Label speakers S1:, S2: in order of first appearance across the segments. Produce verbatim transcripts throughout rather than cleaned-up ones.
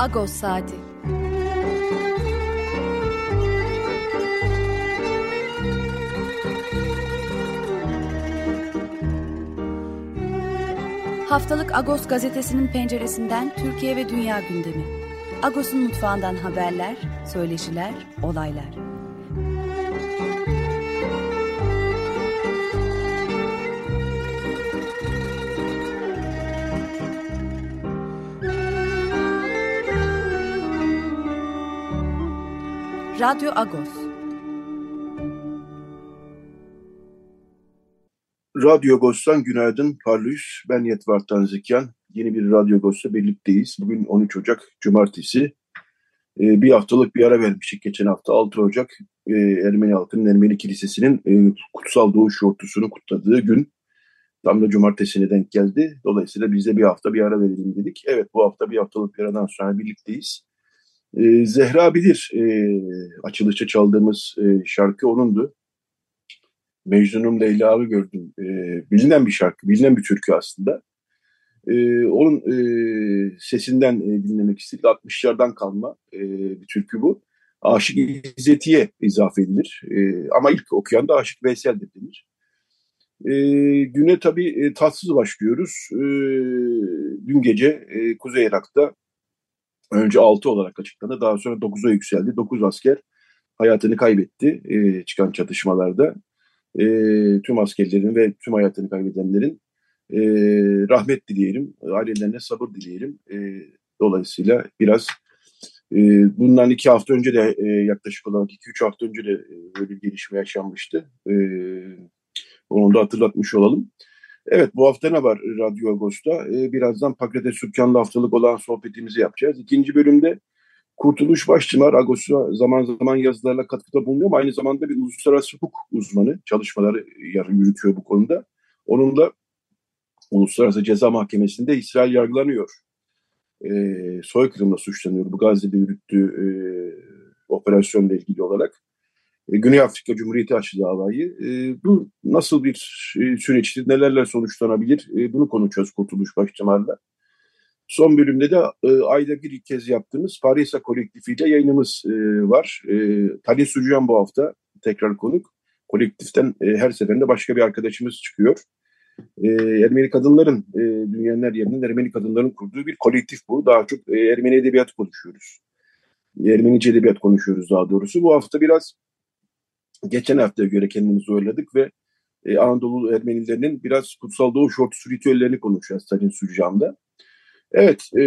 S1: Agos Saati. Haftalık Agos gazetesinin penceresinden Türkiye ve dünya gündemi. Agos'un mutfağından haberler, söyleşiler, olaylar. Radyo Agos.
S2: Radyo Agos'tan günaydın, parlıyız. Ben Yetvar Tanzikyan. Yeni bir Radyo Agos'ta birlikteyiz. Bugün on üç Ocak Cumartesi. Ee, bir haftalık bir ara vermiştik geçen hafta. altı Ocak e, Ermeni halkının Ermeni Kilisesi'nin e, kutsal doğuş yortusunu kutladığı gün. Tam da Cumartesi'ne denk geldi. Dolayısıyla biz de bir hafta bir ara verelim dedik. Evet, bu hafta bir haftalık bir aradan sonra birlikteyiz. Ee, Zehra Bilir e, açılışta çaldığımız e, şarkı onundu. Mecnun'um Leyla'yı gördüm. E, bilinen bir şarkı, bilinen bir türkü aslında. E, onun e, sesinden e, dinlemek istedik. altmışlardan kalma e, bir türkü bu. Aşık İzzeti'ye izafe edilir. E, ama ilk okuyan da Aşık Veysel'dir denir. E, güne tabii e, tatsız başlıyoruz. E, dün gece e, Kuzey Irak'ta önce altı olarak açıklandı. Daha sonra dokuza yükseldi. dokuz asker hayatını kaybetti e, çıkan çatışmalarda. E, tüm askerlerin ve tüm hayatını kaybedenlerin e, rahmet dileyelim, ailelerine sabır dileyelim. E, dolayısıyla biraz e, bundan iki hafta önce de e, yaklaşık olarak iki üç hafta önce de e, böyle bir gelişme yaşanmıştı. E, onu da hatırlatmış olalım. Evet, bu hafta ne var Radyo Agos'ta? E, birazdan Pakrates Sübkan'la haftalık olan sohbetimizi yapacağız. İkinci bölümde Kurtuluş Başçınar, Agos'a zaman zaman yazılarla katkıda bulunuyor ama aynı zamanda bir uluslararası hukuk uzmanı. Çalışmaları yürütüyor bu konuda. Onunla Uluslararası Ceza Mahkemesi'nde İsrail yargılanıyor. E, soykırımla suçlanıyor bu Gazze'de yürüttüğü e, operasyonla ilgili olarak. E, Güney Afrika Cumhuriyeti açtı davayı. E, bu nasıl bir e, süreçtir, nelerle sonuçlanabilir? E, bunu konuşacağız Kurtuluş Başçınar'la. Son bölümde de e, ayda bir kez yaptığımız Farisa kolektifiyle yayınımız e, var. E, Talih Sucuyan bu hafta tekrar konuk. Kolektiften e, her seferinde başka bir arkadaşımız çıkıyor. E, Ermeni kadınların, e, dünyanın her yerinden Ermeni kadınların kurduğu bir kolektif bu. Daha çok e, Ermeni edebiyatı konuşuyoruz. Ermenice edebiyat konuşuyoruz daha doğrusu. Bu hafta biraz geçen haftaya göre kendimizi oyladık ve e, Anadolu Ermenilerinin biraz kutsal doğuş ortusu ritüellerini konuşacağız Talih Sucuyan'da. Evet, e,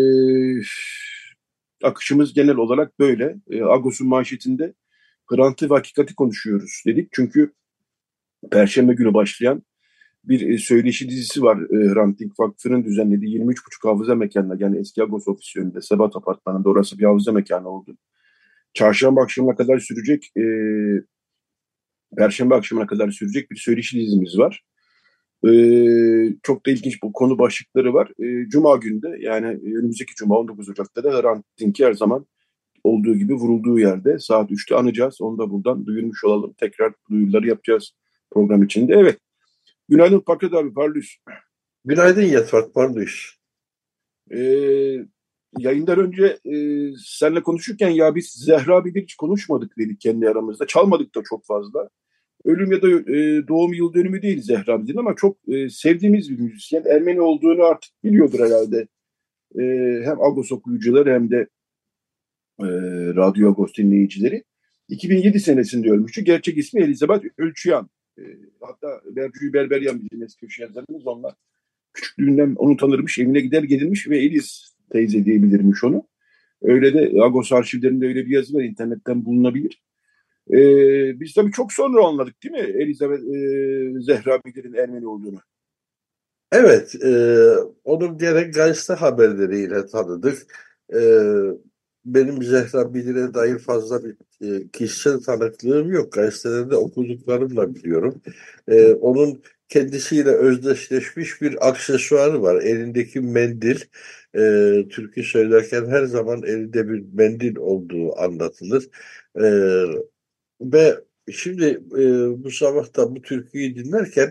S2: akışımız genel olarak böyle. E, Agos'un manşetinde Hrant'ı ve hakikati konuşuyoruz dedik. Çünkü Perşembe günü başlayan bir e, söyleşi dizisi var. E, Hrant Dink Vakfı'nın düzenlediği yirmi üç buçuk hafıza mekanına, yani eski Agos ofisi önünde Sebat Apartmanı'nda, orası bir hafıza mekanı oldu. Çarşamba akşamına kadar sürecek, e, Perşembe akşamına kadar sürecek bir söyleşi dizimiz var. Ee, çok da ilginç bu konu başlıkları var. Ee, Cuma günde, yani önümüzdeki Cuma on dokuz Ocak'ta da Hrant Dink'i her zaman olduğu gibi vurulduğu yerde saat üçte anacağız. Onu da buradan duyurmuş olalım. Tekrar duyuruları yapacağız program içinde. Evet. Günaydın Pakrat abi, parlıyız.
S3: Günaydın Yetvar, parlıyız.
S2: Ee, yayından önce e, seninle konuşurken ya biz Zehra Bilir hiç konuşmadık dedik kendi aramızda. Çalmadık da çok fazla. Ölüm ya da e, doğum yıl dönümü değil Zehra Bilik'in ama çok e, sevdiğimiz bir müzisyen. Ermeni olduğunu artık biliyordur herhalde. E, hem Agos okuyucuları hem de e, Radyo Agos dinleyicileri. iki bin yedi senesinde ölmüştü. Gerçek ismi Elizabeth Ölçüyan. E, hatta Bercü Berberyan bizim eski köşe yazarımız, onunla küçüklüğünden onu tanırmış. Evine gider gelirmiş ve Eliz teyze diyebilirmiş onu. Öyle de Agos arşivlerinde öyle bir yazı var, internetten bulunabilir. Ee, biz tabii çok sonra anladık değil mi Elizabeth e, Zehra Bilir'in Ermeni olduğunu?
S3: Evet, e, onu gerek gazete haberleriyle tanıdık. E, benim Zehra Bilir'e dair fazla bir e, kişisel tanıklığım yok. Gazetelerde okuduklarımla biliyorum. E, onun kendisiyle özdeşleşmiş bir aksesuarı var. Elindeki mendil, e, türkü söylerken her zaman elinde bir mendil olduğu anlatılır. E, Ve şimdi e, bu sabah da bu türküyü dinlerken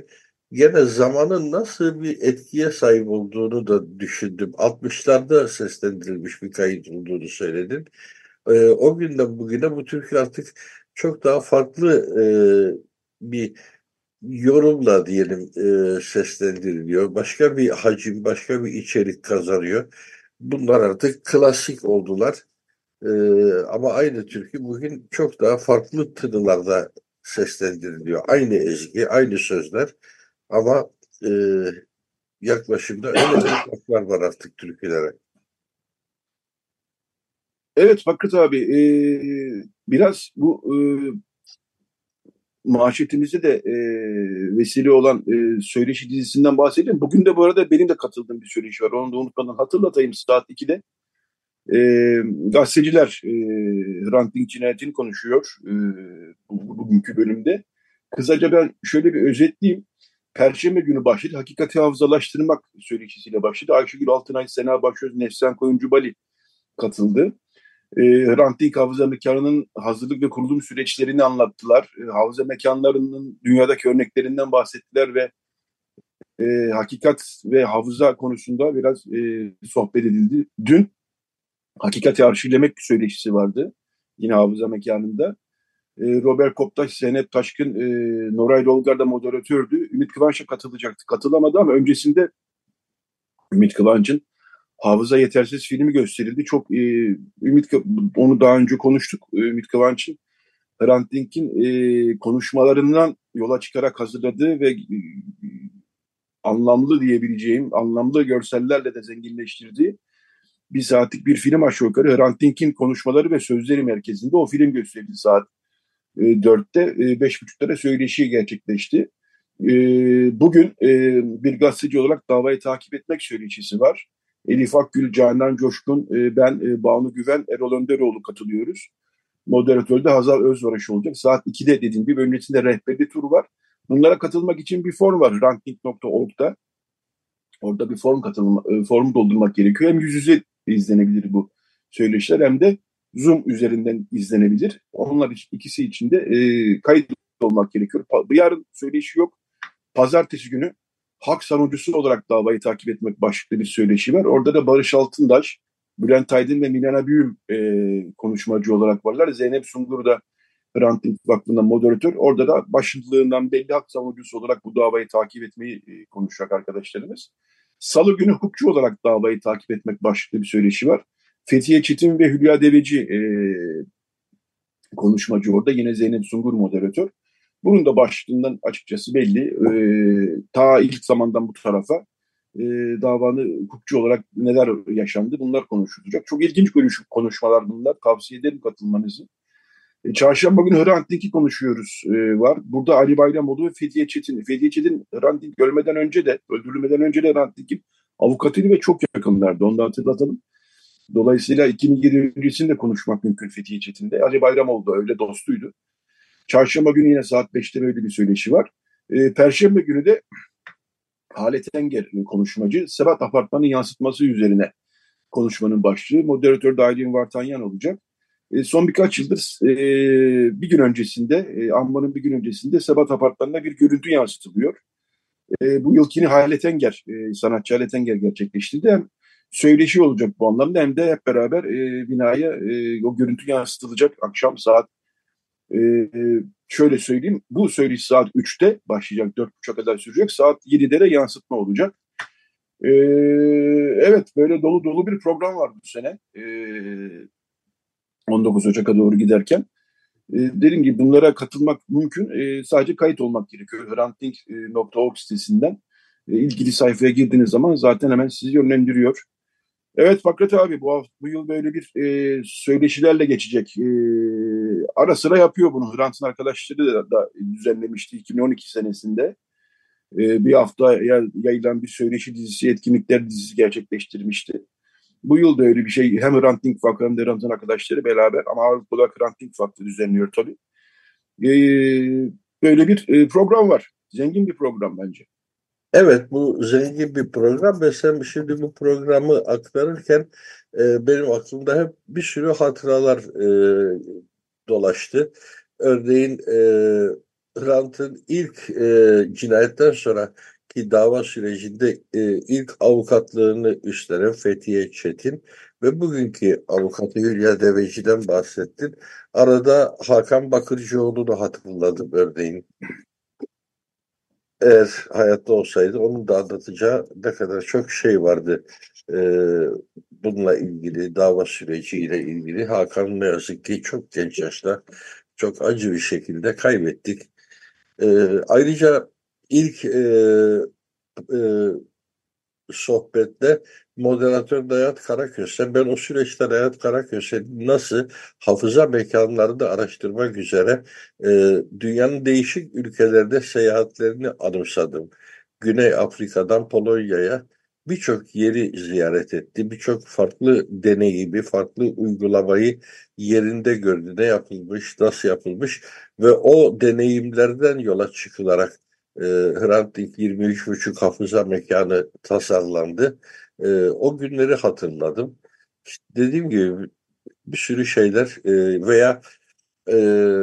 S3: gene zamanın nasıl bir etkiye sahip olduğunu da düşündüm. altmışlarda seslendirilmiş bir kayıt olduğunu söyledin. Ee, o günden bugüne bu türkü artık çok daha farklı e, bir yorumla diyelim e, seslendiriliyor. Başka bir hacim, başka bir içerik kazanıyor. Bunlar artık klasik oldular. E, ama aynı türkü bugün çok daha farklı tınılarda seslendiriliyor. Aynı ezgi, aynı sözler ama e, yaklaşımda öyle bir farklar var artık türkülere.
S2: Evet Fakret abi, e, biraz bu e, manşetimize de e, vesile olan e, söyleşi dizisinden bahsedelim. Bugün de bu arada benim de katıldığım bir söyleşi var. Onu da unutmadan hatırlatayım, saat ikide. E, gazeteciler e, Hrant Dink cinayetini konuşuyor e, bu, bugünkü bölümde. Kısaca ben şöyle bir özetleyeyim. Perşembe günü başladı. Hakikati hafızalaştırmak söyleşisiyle başladı. Ayşegül Altınay, Sena Başöz, Neslihan Koyuncubali katıldı. E, Hrant Dink hafıza mekanının hazırlık ve kurulum süreçlerini anlattılar. E, hafıza mekanlarının dünyadaki örneklerinden bahsettiler ve e, hakikat ve hafıza konusunda biraz e, sohbet edildi. Dün Hakikati arşivlemek söyleşisi vardı. Yine hafıza mekanında. E, Robert Koptaş, Zeynep Taşkın, e, Noray Rolgar da moderatördü. Ümit Kıvanç'a katılacaktı. Katılamadı ama öncesinde Ümit Kıvanç'ın Hafıza Yetersiz filmi gösterildi. Çok e, Ümit onu daha önce konuştuk. Ümit Kıvanç'ın Hrant Dink'in e, konuşmalarından yola çıkarak hazırladığı ve e, anlamlı diyebileceğim, anlamlı görsellerle de zenginleştirdiği bir saatlik bir film aşağı yukarı. Hrant Dink'in konuşmaları ve sözleri merkezinde o film gösterildi saat e, dörtte. E, beş buçukta da söyleşi gerçekleşti. E, bugün e, bir gazeteci olarak davayı takip etmek söyleşisi var. Elif Akgül, Canan Coşkun, e, ben, e, Banu Güven, Erol Önderoğlu katılıyoruz. Moderatörde Hazal Özvaraş olacak. Saat ikide dediğim gibi öncesinde rehberli tur var. Bunlara katılmak için bir form var hrantdink nokta org'da. Orada bir form katılma, e, form doldurmak gerekiyor. Hem yüz yüze izlenebilir bu söyleşiler hem de Zoom üzerinden izlenebilir. Onlar ikisi için de e, kayıt olmak gerekiyor. Yarın söyleşi yok. Pazartesi günü hak savunucusu olarak davayı takip etmek başlıklı bir söyleşi var. Orada da Barış Altındaş, Bülent Aydın ve Milena Büyüm e, konuşmacı olarak varlar. Zeynep Sungur da Hrant Dink Vakfı'nda moderatör. Orada da başlığından belli hak savunucusu olarak bu davayı takip etmeyi e, konuşacak arkadaşlarımız. Salı günü hukukçu olarak davayı takip etmek başlıklı bir söyleşi var. Fethiye Çetin ve Hülya Deveci e, konuşmacı orada. Yine Zeynep Sungur moderatör. Bunun da başlığından açıkçası belli. E, ta ilk zamandan bu tarafa e, davanı hukukçu olarak neler yaşandı bunlar konuşulacak. Çok ilginç konuşmalar bunlar. Tavsiye ederim katılmanızı. E, Çarşamba günü Hrant Dink'i konuşuyoruz e, var. Burada Ali Bayramoğlu ve Fethiye Çetin. Fethiye Çetin Hrant Dink ölmeden önce de, öldürülmeden önce de Hrant Dink'in avukatıydı ve çok yakınlardı. Onu da hatırlatalım. Dolayısıyla iki bin yirmi öncesinde konuşmak mümkün Fethiye Çetin'de. Ali Bayramoğlu da öyle dostuydu. Çarşamba günü yine saat beşte böyle bir söyleşi var. E, Perşembe günü de Halet Enger konuşmacı Sebat Apartmanı'nın yansıtması üzerine konuşmanın başlığı. Moderatör de Aylin Vartanyan olacak. E, son birkaç yıldır e, bir gün öncesinde, e, Amman'ın bir gün öncesinde Sebat Apartmanı'na bir görüntü yansıtılıyor. E, bu yılkini Halet Enger, e, sanatçı Halet Enger gerçekleştirdi. Hem söyleşi olacak bu anlamda hem de hep beraber e, binaya e, o görüntü yansıtılacak akşam saat e, şöyle söyleyeyim. Bu söyleşi saat üçte başlayacak, dört buçuğa kadar sürecek. Saat yedide de yansıtma olacak. E, evet böyle dolu dolu bir program var bu sene. E, on dokuz Ocak'a doğru giderken. E, dediğim gibi bunlara katılmak mümkün. E, sadece kayıt olmak gerekiyor. hrantdink nokta org sitesinden e, ilgili sayfaya girdiğiniz zaman zaten hemen sizi yönlendiriyor. Evet Fakret abi bu, hafta, bu yıl böyle bir e, söyleşilerle geçecek. E, ara sıra yapıyor bunu. Hrant'ın arkadaşları da, da düzenlemişti iki bin on iki senesinde. E, bir hafta yayılan bir söyleşi dizisi, etkinlikler dizisi gerçekleştirmişti. Bu yıl da öyle bir şey hem Hrant Dink Vakfı hem de Hrant'ın arkadaşları beraber ama ağırlıklı olarak Hrant Dink Vakfı düzenliyor tabii. Ee, böyle bir e, program var. Zengin bir program bence.
S3: Evet, bu zengin bir program ve sen şimdi bu programı aktarırken e, benim aklımda hep bir sürü hatıralar e, dolaştı. Örneğin e, Hrant'ın ilk e, cinayetten sonra ki dava sürecinde e, ilk avukatlığını üstlenen Fethiye Çetin ve bugünkü avukatı Hülya Deveci'den bahsettin. Arada Hakan Bakırcıoğlu'nu hatırladım örneğin. Eğer hayatta olsaydı onun da anlatacağı ne kadar çok şey vardı. Ee, bununla ilgili, dava süreciyle ilgili. Hakan ne yazık ki çok genç yaşta, çok acı bir şekilde kaybettik. Ee, ayrıca ilk e, e, sohbette moderatör Hayat Karaköse, ben o süreçte Hayat Karaköse nasıl hafıza mekanlarını araştırmak üzere e, dünyanın değişik ülkelerde seyahatlerini anımsadım. Güney Afrika'dan Polonya'ya birçok yeri ziyaret etti. Birçok farklı deneyimi, farklı uygulamayı yerinde gördü. Ne yapılmış, nasıl yapılmış ve o deneyimlerden yola çıkılarak e, Hrant Dink yirmi üç buçuk hafıza mekanı tasarlandı. E, o günleri hatırladım. İşte dediğim gibi bir sürü şeyler e, veya e,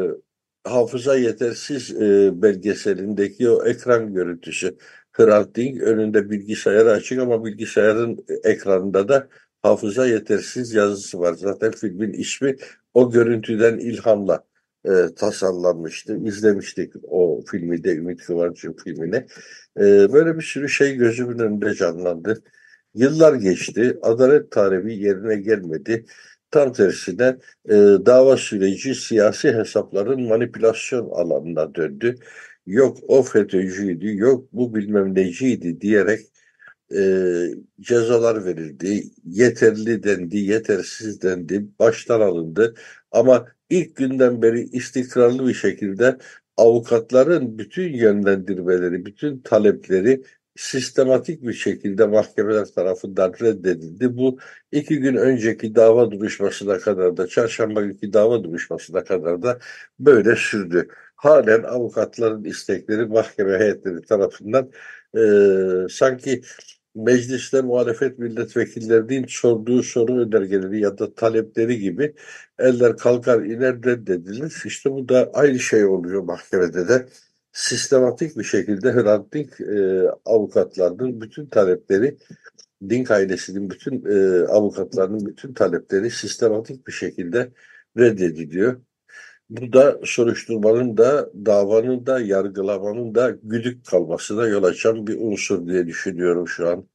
S3: hafıza yetersiz e, belgeselindeki o ekran görüntüsü. Hrant Dink önünde bilgisayarı açık ama bilgisayarın ekranında da hafıza yetersiz yazısı var. Zaten filmin ismi o görüntüden ilhamla e, tasarlanmıştı. İzlemiştik o filmi de Ümit Kıvanç'ın filmini. E, böyle bir sürü şey gözümün önünde canlandı. Yıllar geçti. Adalet talebi yerine gelmedi. Tam tersine e, dava süreci siyasi hesapların manipülasyon alanına döndü. Yok o FETÖ'cüydü, yok bu bilmem neciydi diyerek e, cezalar verildi. Yeterli dendi, yetersiz dendi, baştan alındı. Ama ilk günden beri istikrarlı bir şekilde avukatların bütün yönlendirmeleri, bütün talepleri sistematik bir şekilde mahkemeler tarafından reddedildi. Bu iki gün önceki dava duruşmasına kadar da, çarşamba günkü dava duruşmasına kadar da böyle sürdü. Halen avukatların istekleri mahkeme heyetleri tarafından e, sanki mecliste muhalefet milletvekillerinin sorduğu soru önergeleri ya da talepleri gibi eller kalkar iner reddedilir. İşte bu da aynı şey oluyor mahkemede de. Sistematik bir şekilde Hrant Dink e, avukatlarının bütün talepleri, Dink ailesinin bütün e, avukatlarının bütün talepleri sistematik bir şekilde reddediliyor. Bu da soruşturmanın da, davanın da, yargılamanın da güdük kalmasına yol açan bir unsur diye düşünüyorum şu an.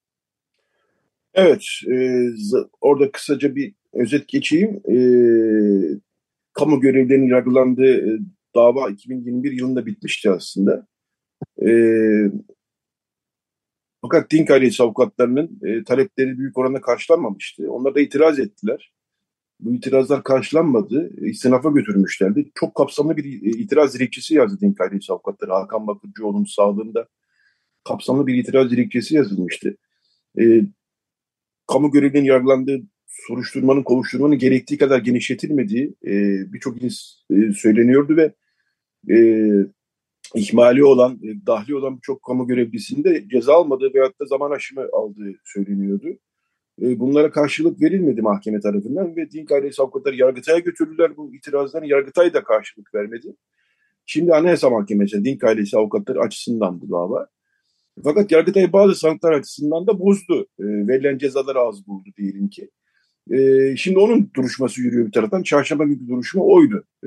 S2: Evet, e, z- orada kısaca bir özet geçeyim. E, kamu görevlilerinin yargılandığı e, dava iki bin yirmi bir yılında bitmişti aslında. E, fakat Dink ailesi avukatlarının e, talepleri büyük oranda karşılanmamıştı. Onlar da itiraz ettiler. Bu itirazlar karşılanmadı. E, İstinafa götürmüşlerdi. Çok kapsamlı bir e, itiraz dilekçesi yazdı Dink ailesi avukatları. Hakan Bakırcıoğlu'nun sağlığında kapsamlı bir itiraz dilekçesi yazılmıştı. E, kamu görevlilerinin yargılandığı soruşturmanın, kovuşturmanın gerektiği kadar genişletilmediği e, birçok iz e, söyleniyordu ve e, ihmali olan, e, dahli olan birçok kamu görevlisinin de ceza almadığı veyahut da zaman aşımı aldığı söyleniyordu. E, bunlara karşılık verilmedi mahkeme tarafından ve Dink ailesi avukatları Yargıtay'a götürdüler bu itirazların. Yargıtay da karşılık vermedi. Şimdi Anayasa Mahkemesi, Dink ailesi avukatları açısından bu dava. Fakat Yargıtay bazı sanıklar açısından da bozdu. E, verilen cezaları az buldu diyelim ki. E, şimdi onun duruşması yürüyor bir taraftan. Çarşamba günkü duruşma oydu. E,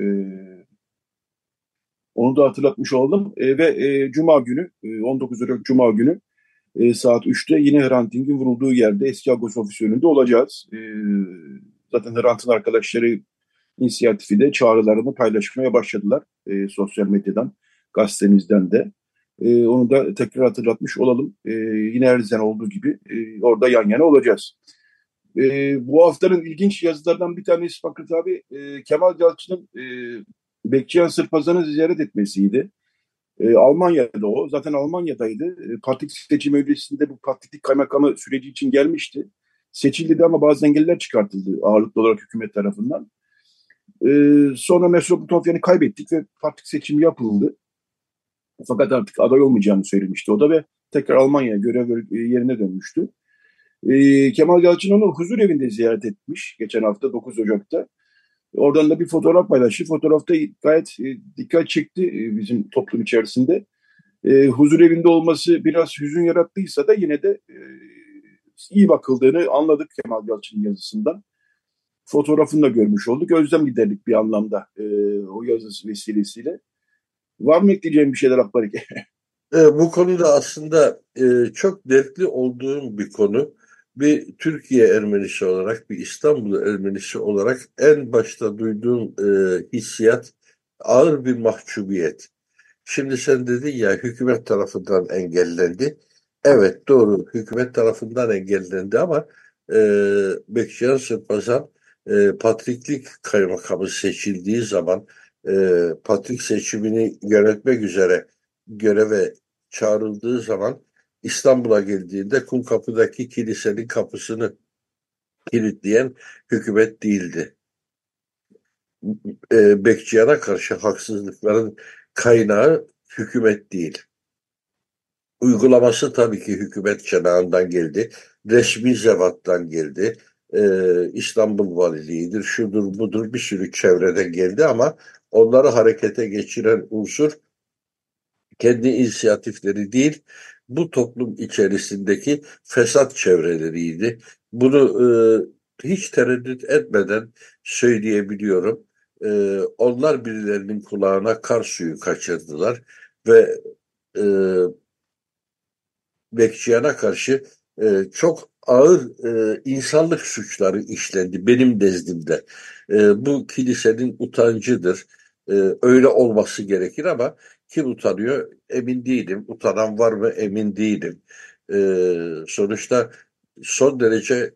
S2: onu da hatırlatmış oldum. E, ve e, Cuma günü, e, on dokuz Ocak Cuma günü e, saat üçte yine Hrant Dink'in vurulduğu yerde eski Agos ofisi önünde olacağız. E, zaten Hrant'ın arkadaşları inisiyatifi de çağrılarını paylaşmaya başladılar. E, sosyal medyadan, gazetemizden de. E, onu da tekrar hatırlatmış olalım. E, yine her zaman olduğu gibi e, orada yan yana olacağız. E, bu haftanın ilginç yazılardan bir tanesi Fakret abi e, Kemal Yalçın'ın e, Bekçiyan Sırpazan'ı ziyaret etmesiydi. E, Almanya'da o. Zaten Almanya'daydı. E, partilik seçim öncesinde bu partilik kaymakamı süreci için gelmişti. Seçildi de ama bazı engeller çıkartıldı ağırlıklı olarak hükümet tarafından. E, sonra Mesut Tofyan'ı kaybettik ve partilik seçim yapıldı. Fakat artık aday olmayacağını söylemişti o da ve tekrar Almanya'ya görev yerine dönmüştü. E, Kemal Yalçın onu huzur evinde ziyaret etmiş geçen hafta dokuz Ocak'ta. Oradan da bir fotoğraf paylaştı. Fotoğrafta gayet e, dikkat çekti e, bizim toplum içerisinde. E, huzur evinde olması biraz hüzün yarattıysa da yine de e, iyi bakıldığını anladık Kemal Yalçın'ın yazısından. Fotoğrafını da görmüş olduk. Özlem giderdik bir anlamda e, o yazısı vesilesiyle. Var mı ekleyeceğim bir şeyler Akbarik?
S3: E, bu konuda aslında e, çok dertli olduğum bir konu. Bir Türkiye Ermenisi olarak, bir İstanbul Ermenisi olarak en başta duyduğum e, hissiyat ağır bir mahcubiyet. Şimdi sen dedin ya hükümet tarafından engellendi. Evet doğru hükümet tarafından engellendi ama e, Bekçiyan Sırpazan e, Patriklik kaymakamı seçildiği zaman e, Patrik seçimini yönetmek üzere göreve çağrıldığı zaman İstanbul'a geldiğinde Kumkapı'daki kilisenin kapısını kilitleyen hükümet değildi. E, Bekçiyan'a karşı haksızlıkların kaynağı hükümet değil. Uygulaması tabii ki hükümet cenahından geldi. Resmi zevattan geldi. Ee, İstanbul Valiliğidir, şudur budur bir sürü çevreden geldi ama onları harekete geçiren unsur kendi inisiyatifleri değil, bu toplum içerisindeki fesat çevreleriydi. Bunu e, hiç tereddüt etmeden söyleyebiliyorum. E, onlar birilerinin kulağına kar suyu kaçırdılar ve e, Bekçiyan'a karşı e, çok ağır e, insanlık suçları işlendi benim nezdimde. E, bu kilisenin utancıdır. E, öyle olması gerekir ama kim utanıyor emin değilim. Utanan var mı emin değilim. E, sonuçta son derece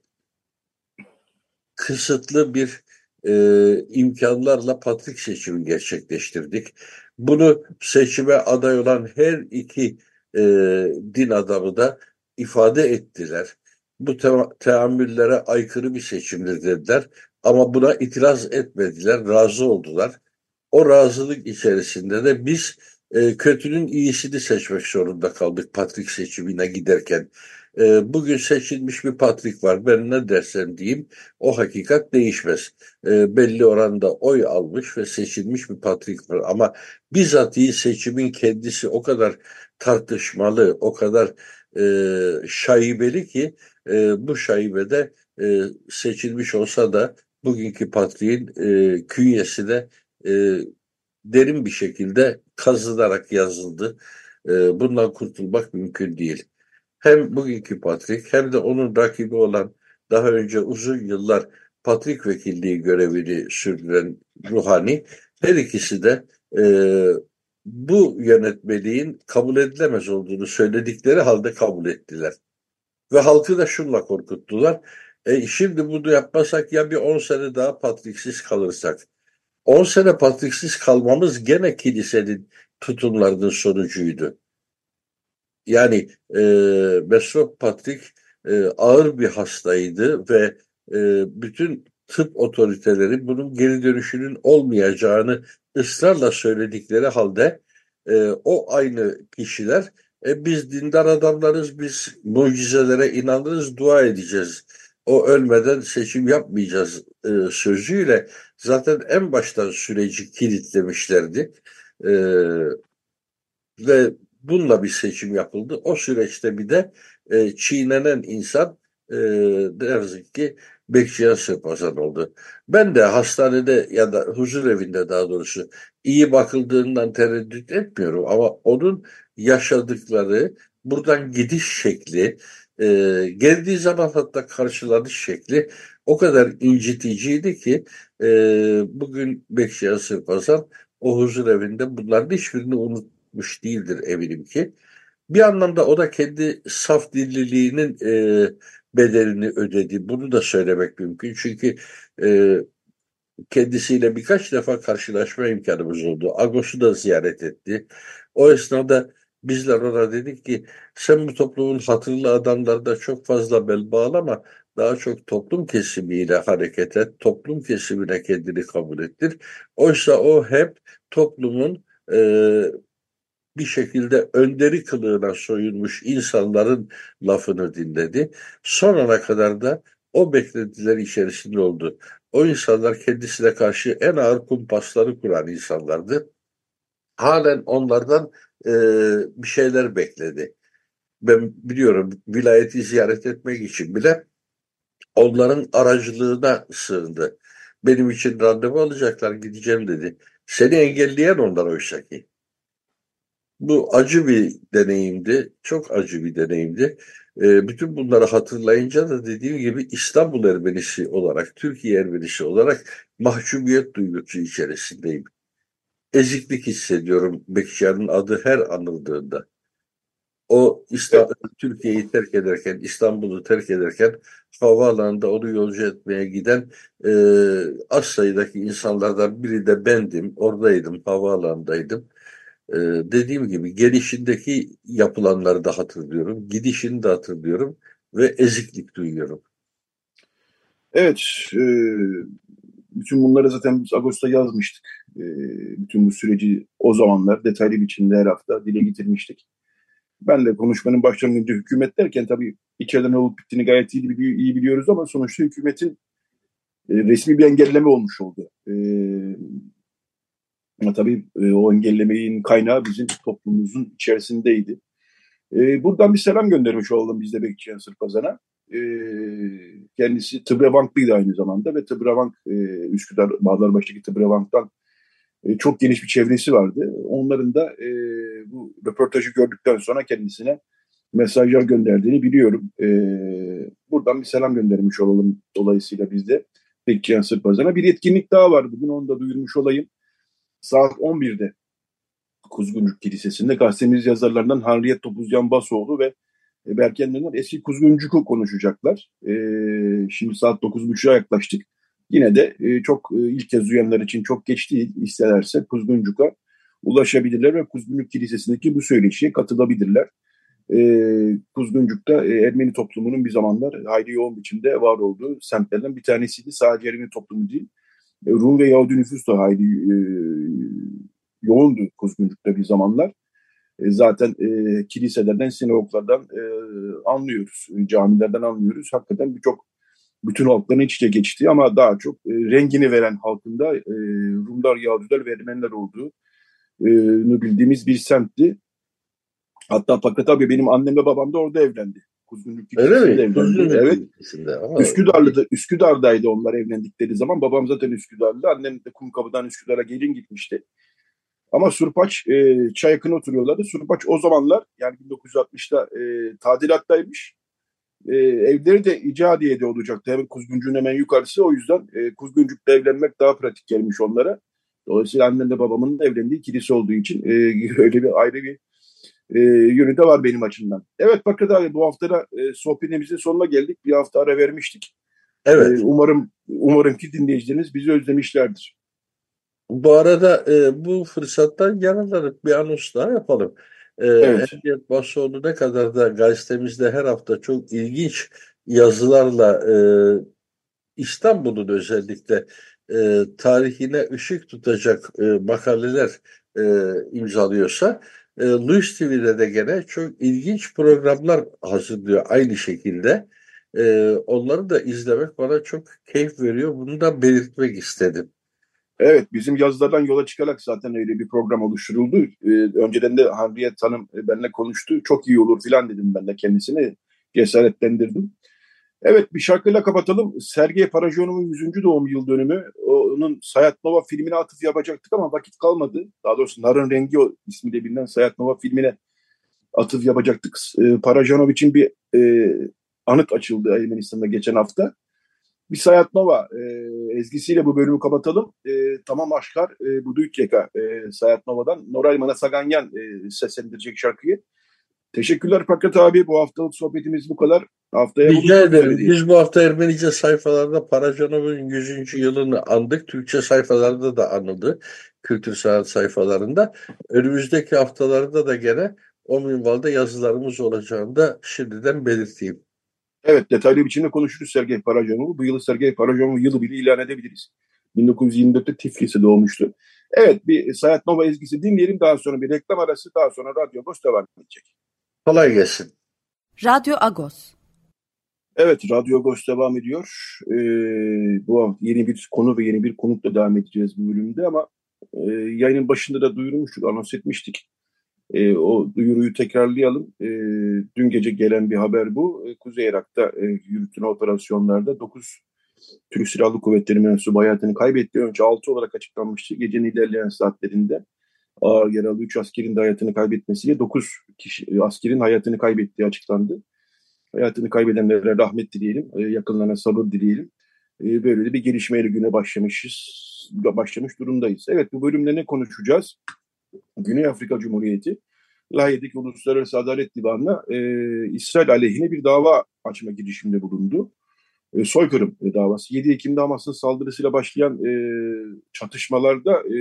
S3: kısıtlı bir e, imkanlarla patrik seçimi gerçekleştirdik. Bunu seçime aday olan her iki e, din adamı da ifade ettiler. Bu te teamüllere aykırı bir seçimdir dediler. Ama buna itiraz etmediler, razı oldular. O razılık içerisinde de biz e, kötünün iyisini seçmek zorunda kaldık patrik seçimine giderken. E, bugün seçilmiş bir patrik var. Ben ne dersem diyeyim o hakikat değişmez. E, belli oranda oy almış ve seçilmiş bir patrik var. Ama bizatihi seçimin kendisi o kadar tartışmalı, o kadar e, şaibeli ki e, bu şaibede e, seçilmiş olsa da bugünkü patriğin e, künyesi de e, derin bir şekilde kazınarak yazıldı. E, bundan kurtulmak mümkün değil. Hem bugünkü Patrik hem de onun rakibi olan daha önce uzun yıllar Patrik vekilliği görevini sürdüren Ruhani her ikisi de e, bu yönetmeliğin kabul edilemez olduğunu söyledikleri halde kabul ettiler. Ve halkı da şunla korkuttular. E, şimdi bunu yapmasak ya bir on sene daha patriksiz kalırsak. on sene patriksiz kalmamız gene kilisenin tutumlarının sonucuydu. Yani e, Mesrop Patrik e, ağır bir hastaydı ve e, bütün tıp otoriteleri bunun geri dönüşünün olmayacağını ısrarla söyledikleri halde e, o aynı kişiler e, biz dindar adamlarız, biz mucizelere inanırız, dua edeceğiz. O ölmeden seçim yapmayacağız e, sözüyle zaten en baştan süreci kilitlemişlerdi. E, ve bununla bir seçim yapıldı. O süreçte bir de e, çiğnenen insan e, ne yazık ki Bekçiyan Sırpazan oldu. Ben de hastanede ya da huzur evinde daha doğrusu iyi bakıldığından tereddüt etmiyorum ama onun yaşadıkları buradan gidiş şekli e, geldiği zaman hatta karşılanış şekli o kadar inciticiydi ki e, bugün Bekçiyan Sırpazan o huzur evinde bunların hiçbirini unut değildir eminim ki. Bir anlamda o da kendi saf dilliliğinin e, bedelini ödedi. Bunu da söylemek mümkün. Çünkü e, kendisiyle birkaç defa karşılaşma imkanımız oldu. Agos'u da ziyaret etti. O esnada bizler ona dedik ki sen bu toplumun hatırlı adamlarına çok fazla bel bağlama. Daha çok toplum kesimiyle hareket et. Toplum kesimine kendini kabul ettir. Oysa o hep toplumun e, bir şekilde önderi kılığına soyunmuş insanların lafını dinledi. Son ana kadar da o beklentiler içerisinde oldu. O insanlar kendisine karşı en ağır kumpasları kuran insanlardı. Halen onlardan e, bir şeyler bekledi. Ben biliyorum, vilayeti ziyaret etmek için bile onların aracılığına sığındı. Benim için randevu alacaklar, gideceğim dedi. Seni engelleyen onlar oysa ki. Bu acı bir deneyimdi. Çok acı bir deneyimdi. Ee, bütün bunları hatırlayınca da dediğim gibi İstanbul Ermenisi olarak, Türkiye Ermenisi olarak mahcubiyet duygusu içerisindeyim. Eziklik hissediyorum Bekçiyan'ın adı her anıldığında. O
S2: Evet,
S3: İsta- Türkiye'yi terk ederken, İstanbul'u terk ederken havaalanında onu yolcu etmeye giden e, az sayıdaki insanlardan biri de bendim. Oradaydım, havaalanındaydım. E, dediğim gibi gelişindeki yapılanları da hatırlıyorum, gidişini de hatırlıyorum ve eziklik duyuyorum.
S2: evet. E, bütün bunları zaten biz Ağustos'ta yazmıştık. E, bütün bu süreci o zamanlar detaylı biçimde her hafta dile getirmiştik. Ben de konuşmanın başlangıcında hükümet derken tabii içeriden ne olup bittiğini gayet iyi, bili- iyi biliyoruz ama sonuçta hükümetin e, resmi bir engelleme olmuş oldu. E, ama tabii e, o engellemenin kaynağı bizim toplumumuzun içerisindeydi. E, buradan bir selam göndermiş olalım biz de Bekçi Yansır Pazan'a. E, kendisi Tıbrevanklıydı aynı zamanda ve Tıbrevank, e, Üsküdar Bağlarbaşı'ndaki Tıbrevank'tan e, çok geniş bir çevresi vardı. Onların da e, bu röportajı gördükten sonra kendisine mesajlar gönderdiğini biliyorum. E, buradan bir selam göndermiş olalım dolayısıyla biz de Bekçi Yansır Pazar'a. Bir etkinlik daha var bugün, onu da duyurmuş olayım. Saat on birde Kuzguncuk Kilisesi'nde gazetemiz yazarlarından Harriyet Topuzcan Basoğlu ve Berken Döner eski Kuzguncuk'u konuşacaklar. E, şimdi saat dokuz buçuğa yaklaştık. Yine de e, çok e, ilk kez duyanlar için çok geç değil. İsterlerse Kuzguncuk'a ulaşabilirler ve Kuzguncuk Kilisesi'ndeki bu söyleşiye katılabilirler. E, Kuzguncuk'ta e, Ermeni toplumunun bir zamanlar hayli yoğun biçimde var olduğu semtlerden bir tanesiydi. Sadece Ermeni toplumu değil, e, Rum ve Yahudi nüfus da hayli e, yoğundu Kuzguncuk'ta bir zamanlar. E, zaten e, kiliselerden, sinagoglardan e, anlıyoruz, camilerden anlıyoruz. Hakikaten birçok bütün halkların iç içe geçtiği ama daha çok e, rengini veren halkında e, Rumlar, Yahudiler ve Ermeniler olduğunu bildiğimiz bir semtti. Hatta Fakat abi benim annem ve babam da orada evlendi. Kuzguncuk
S3: Öyle
S2: Kilisesi'nde
S3: mi?
S2: evlendi.
S3: Kuzgunluk
S2: Evet.
S3: Kilisesi'nde. Ama
S2: Üsküdar'da, Üsküdar'daydı onlar evlendikleri zaman. Babam zaten Üsküdar'da. Annem de Kumkapı'dan Üsküdar'a gelin gitmişti. Ama Surpaç e, Çayakı'na oturuyorlardı. Surpaç o zamanlar yani bin dokuz yüz altmışta e, tadilattaymış. E, evleri de İcadiye'de olacaktı. Hemen Kuzguncuk'un hemen yukarısı. O yüzden e, Kuzguncuk'ta evlenmek daha pratik gelmiş onlara. Dolayısıyla annemle babamın evlendiği kilise olduğu için e, öyle bir ayrı bir e, yönü de var benim açımdan. Evet Bakır abi bu hafta da e, sohbetimizin sonuna geldik. Bir hafta ara vermiştik. E,
S3: evet.
S2: umarım umarım ki dinleyicileriniz bizi özlemişlerdir.
S3: Bu arada e, bu fırsattan yararlanıp bir anons daha yapalım. E,
S2: Evet.
S3: Emniyet Başsağlığı ne kadar da gazetemizde her hafta çok ilginç yazılarla e, İstanbul'un özellikle e, tarihine ışık tutacak e, makaleler e, imzalıyorsa, e, Louis T V'de de gene çok ilginç programlar hazırlıyor aynı şekilde. E, onları da izlemek bana çok keyif veriyor. Bunu da belirtmek istedim.
S2: Evet, bizim yazılardan yola çıkarak zaten öyle bir program oluşturuldu. Ee, önceden de Harriyet Hanım e, benimle konuştu. Çok iyi olur filan dedim ben de kendisine. Cesaretlendirdim. Evet, bir şarkıyla kapatalım. Sergey Parajonov'un yüzüncü doğum yıl dönümü. Onun Sayat Nova filmine atıf yapacaktık ama vakit kalmadı. Daha doğrusu Narın Rengi o ismiyle bilinen Sayat Nova filmine atıf yapacaktık. Ee, Parajanov için bir e, anıt açıldı Ermenistan'da geçen hafta. Bir Sayat Nova e, ezgisiyle bu bölümü kapatalım. E, tamam Aşkar, e, Buduytkeka e, Sayat Nova'dan Noray Manasaganyan e, seslendirecek şarkıyı. Teşekkürler Fakat abi. Bu haftalık sohbetimiz bu kadar. Haftaya
S3: Rica
S2: buluşmak üzere
S3: ederim.
S2: diyelim.
S3: Biz bu hafta Ermenice sayfalarda Parajanov'un yüzüncü yılını andık. Türkçe sayfalarda da anıldı. Kültür sanat sayfalarında. Önümüzdeki haftalarda da gene o minvalde yazılarımız olacağını da şimdiden belirteyim.
S2: Evet, detaylı biçimde konuşuruz Sergey Parajanov'u. Bu yılı Sergey Parajanov yılı bile ilan edebiliriz. bin dokuz yüz yirmi dörtte Tiflis'te doğmuştu. Evet, bir Sayat Nova ezgisi dinleyelim. Daha sonra bir reklam arası, daha sonra Radyo Agos devam edecek.
S3: Kolay gelsin.
S1: Radyo Agos.
S2: Evet, Radyo Agos devam ediyor. Ee, bu hafta yeni bir konu ve yeni bir konukla devam edeceğiz bu bölümde ama e, yayının başında da duyurmuştuk, anons etmiştik. Ee, o duyuruyu tekrarlayalım. Ee, dün gece gelen bir haber bu. Ee, Kuzey Irak'ta e, yürütülen operasyonlarda dokuz Türk Silahlı Kuvvetleri mensubu hayatını kaybetti. Önce altı olarak açıklanmıştı. Gecenin ilerleyen saatlerinde ağır yaralı üç askerin de hayatını kaybetmesiyle dokuz kişi, e, askerin hayatını kaybettiği açıklandı. Hayatını kaybedenlere rahmet dileyelim, e, yakınlarına sabır dileyelim. E, Böyle de bir gelişmeyle güne başlamışız, başlamış durumdayız. Evet, bu bölümde ne konuşacağız? Güney Afrika Cumhuriyeti, Lahey'deki Uluslararası Adalet Divanı'na e, İsrail aleyhine bir dava açma girişiminde bulundu. E, soykırım e, davası. yedi Ekim'de Hamas'ın saldırısıyla başlayan e, çatışmalarda e,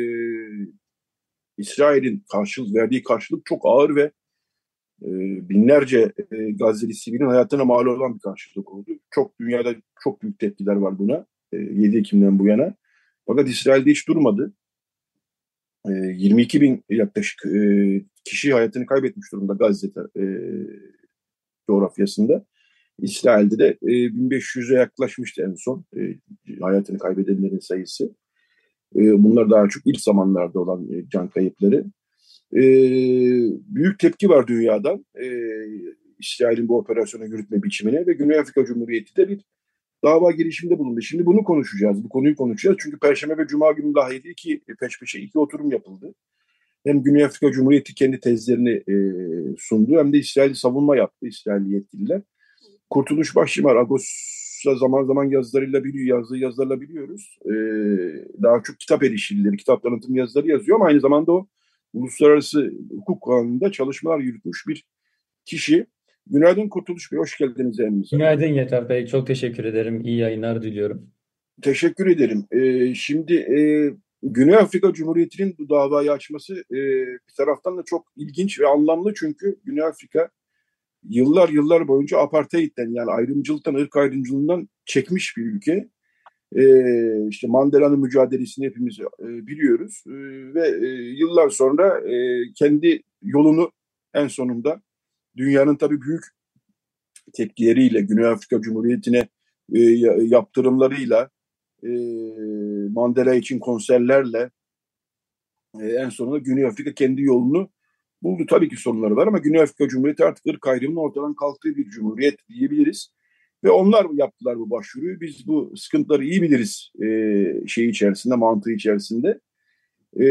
S2: İsrail'in karşılık verdiği karşılık çok ağır ve e, binlerce e, Gazze'li sivilin hayatına mal olan bir karşılık oldu. Çok dünyada çok büyük tepkiler var buna e, yedi Ekim'den bu yana. Fakat İsrail'de hiç durmadı. E, yirmi iki bin yaklaşık e, kişi hayatını kaybetmiş durumda Gazze e, coğrafyasında. İsrail'de de e, bin beş yüze yaklaşmıştı en son e, hayatını kaybedenlerin sayısı. E, bunlar daha çok ilk zamanlarda olan e, can kayıpları. E, Büyük tepki var dünyadan. E, İsrail'in bu operasyonu yürütme biçimine ve Güney Afrika Cumhuriyeti de bir dava girişiminde bulundu. Şimdi bunu konuşacağız, bu konuyu konuşacağız. Çünkü Perşembe ve Cuma günü Lahey'de iki, peş peşe iki oturum yapıldı. Hem Güney Afrika Cumhuriyeti kendi tezlerini e, sundu hem de İsrail savunma yaptı, İsrail yetkililer. Kurtuluş Başçımar, Agos'a zaman zaman yazılarıyla biliyor, yazdığı yazılarla biliyoruz. E, daha çok kitap erişilileri, kitap tanıtım yazıları yazıyor ama aynı zamanda o uluslararası hukuk alanında çalışmalar yürütmüş bir kişi. Günaydın Kurtuluş Bey, hoş geldiniz yayınımıza.
S4: Günaydın Yeter Bey. Çok teşekkür ederim. İyi yayınlar diliyorum.
S2: Teşekkür ederim. Ee, şimdi e, Güney Afrika Cumhuriyeti'nin bu davayı açması e, bir taraftan da çok ilginç ve anlamlı çünkü Güney Afrika yıllar yıllar boyunca apartheid'den yani ayrımcılıktan, ırk ayrımcılığından çekmiş bir ülke. Ee, işte Mandela'nın mücadelesini hepimiz e, biliyoruz ee, ve e, yıllar sonra e, kendi yolunu en sonunda dünyanın tabii büyük tepkileriyle Güney Afrika Cumhuriyeti'ne e, yaptırımlarıyla e, Mandela için konserlerle e, en sonunda Güney Afrika kendi yolunu buldu. Tabii ki sorunları var ama Güney Afrika Cumhuriyeti artık ırk ayrımının ortadan kalktığı bir cumhuriyet diyebiliriz. Ve onlar yaptılar bu başvuruyu. Biz bu sıkıntıları iyi biliriz e, şey içerisinde, mantığı içerisinde. E,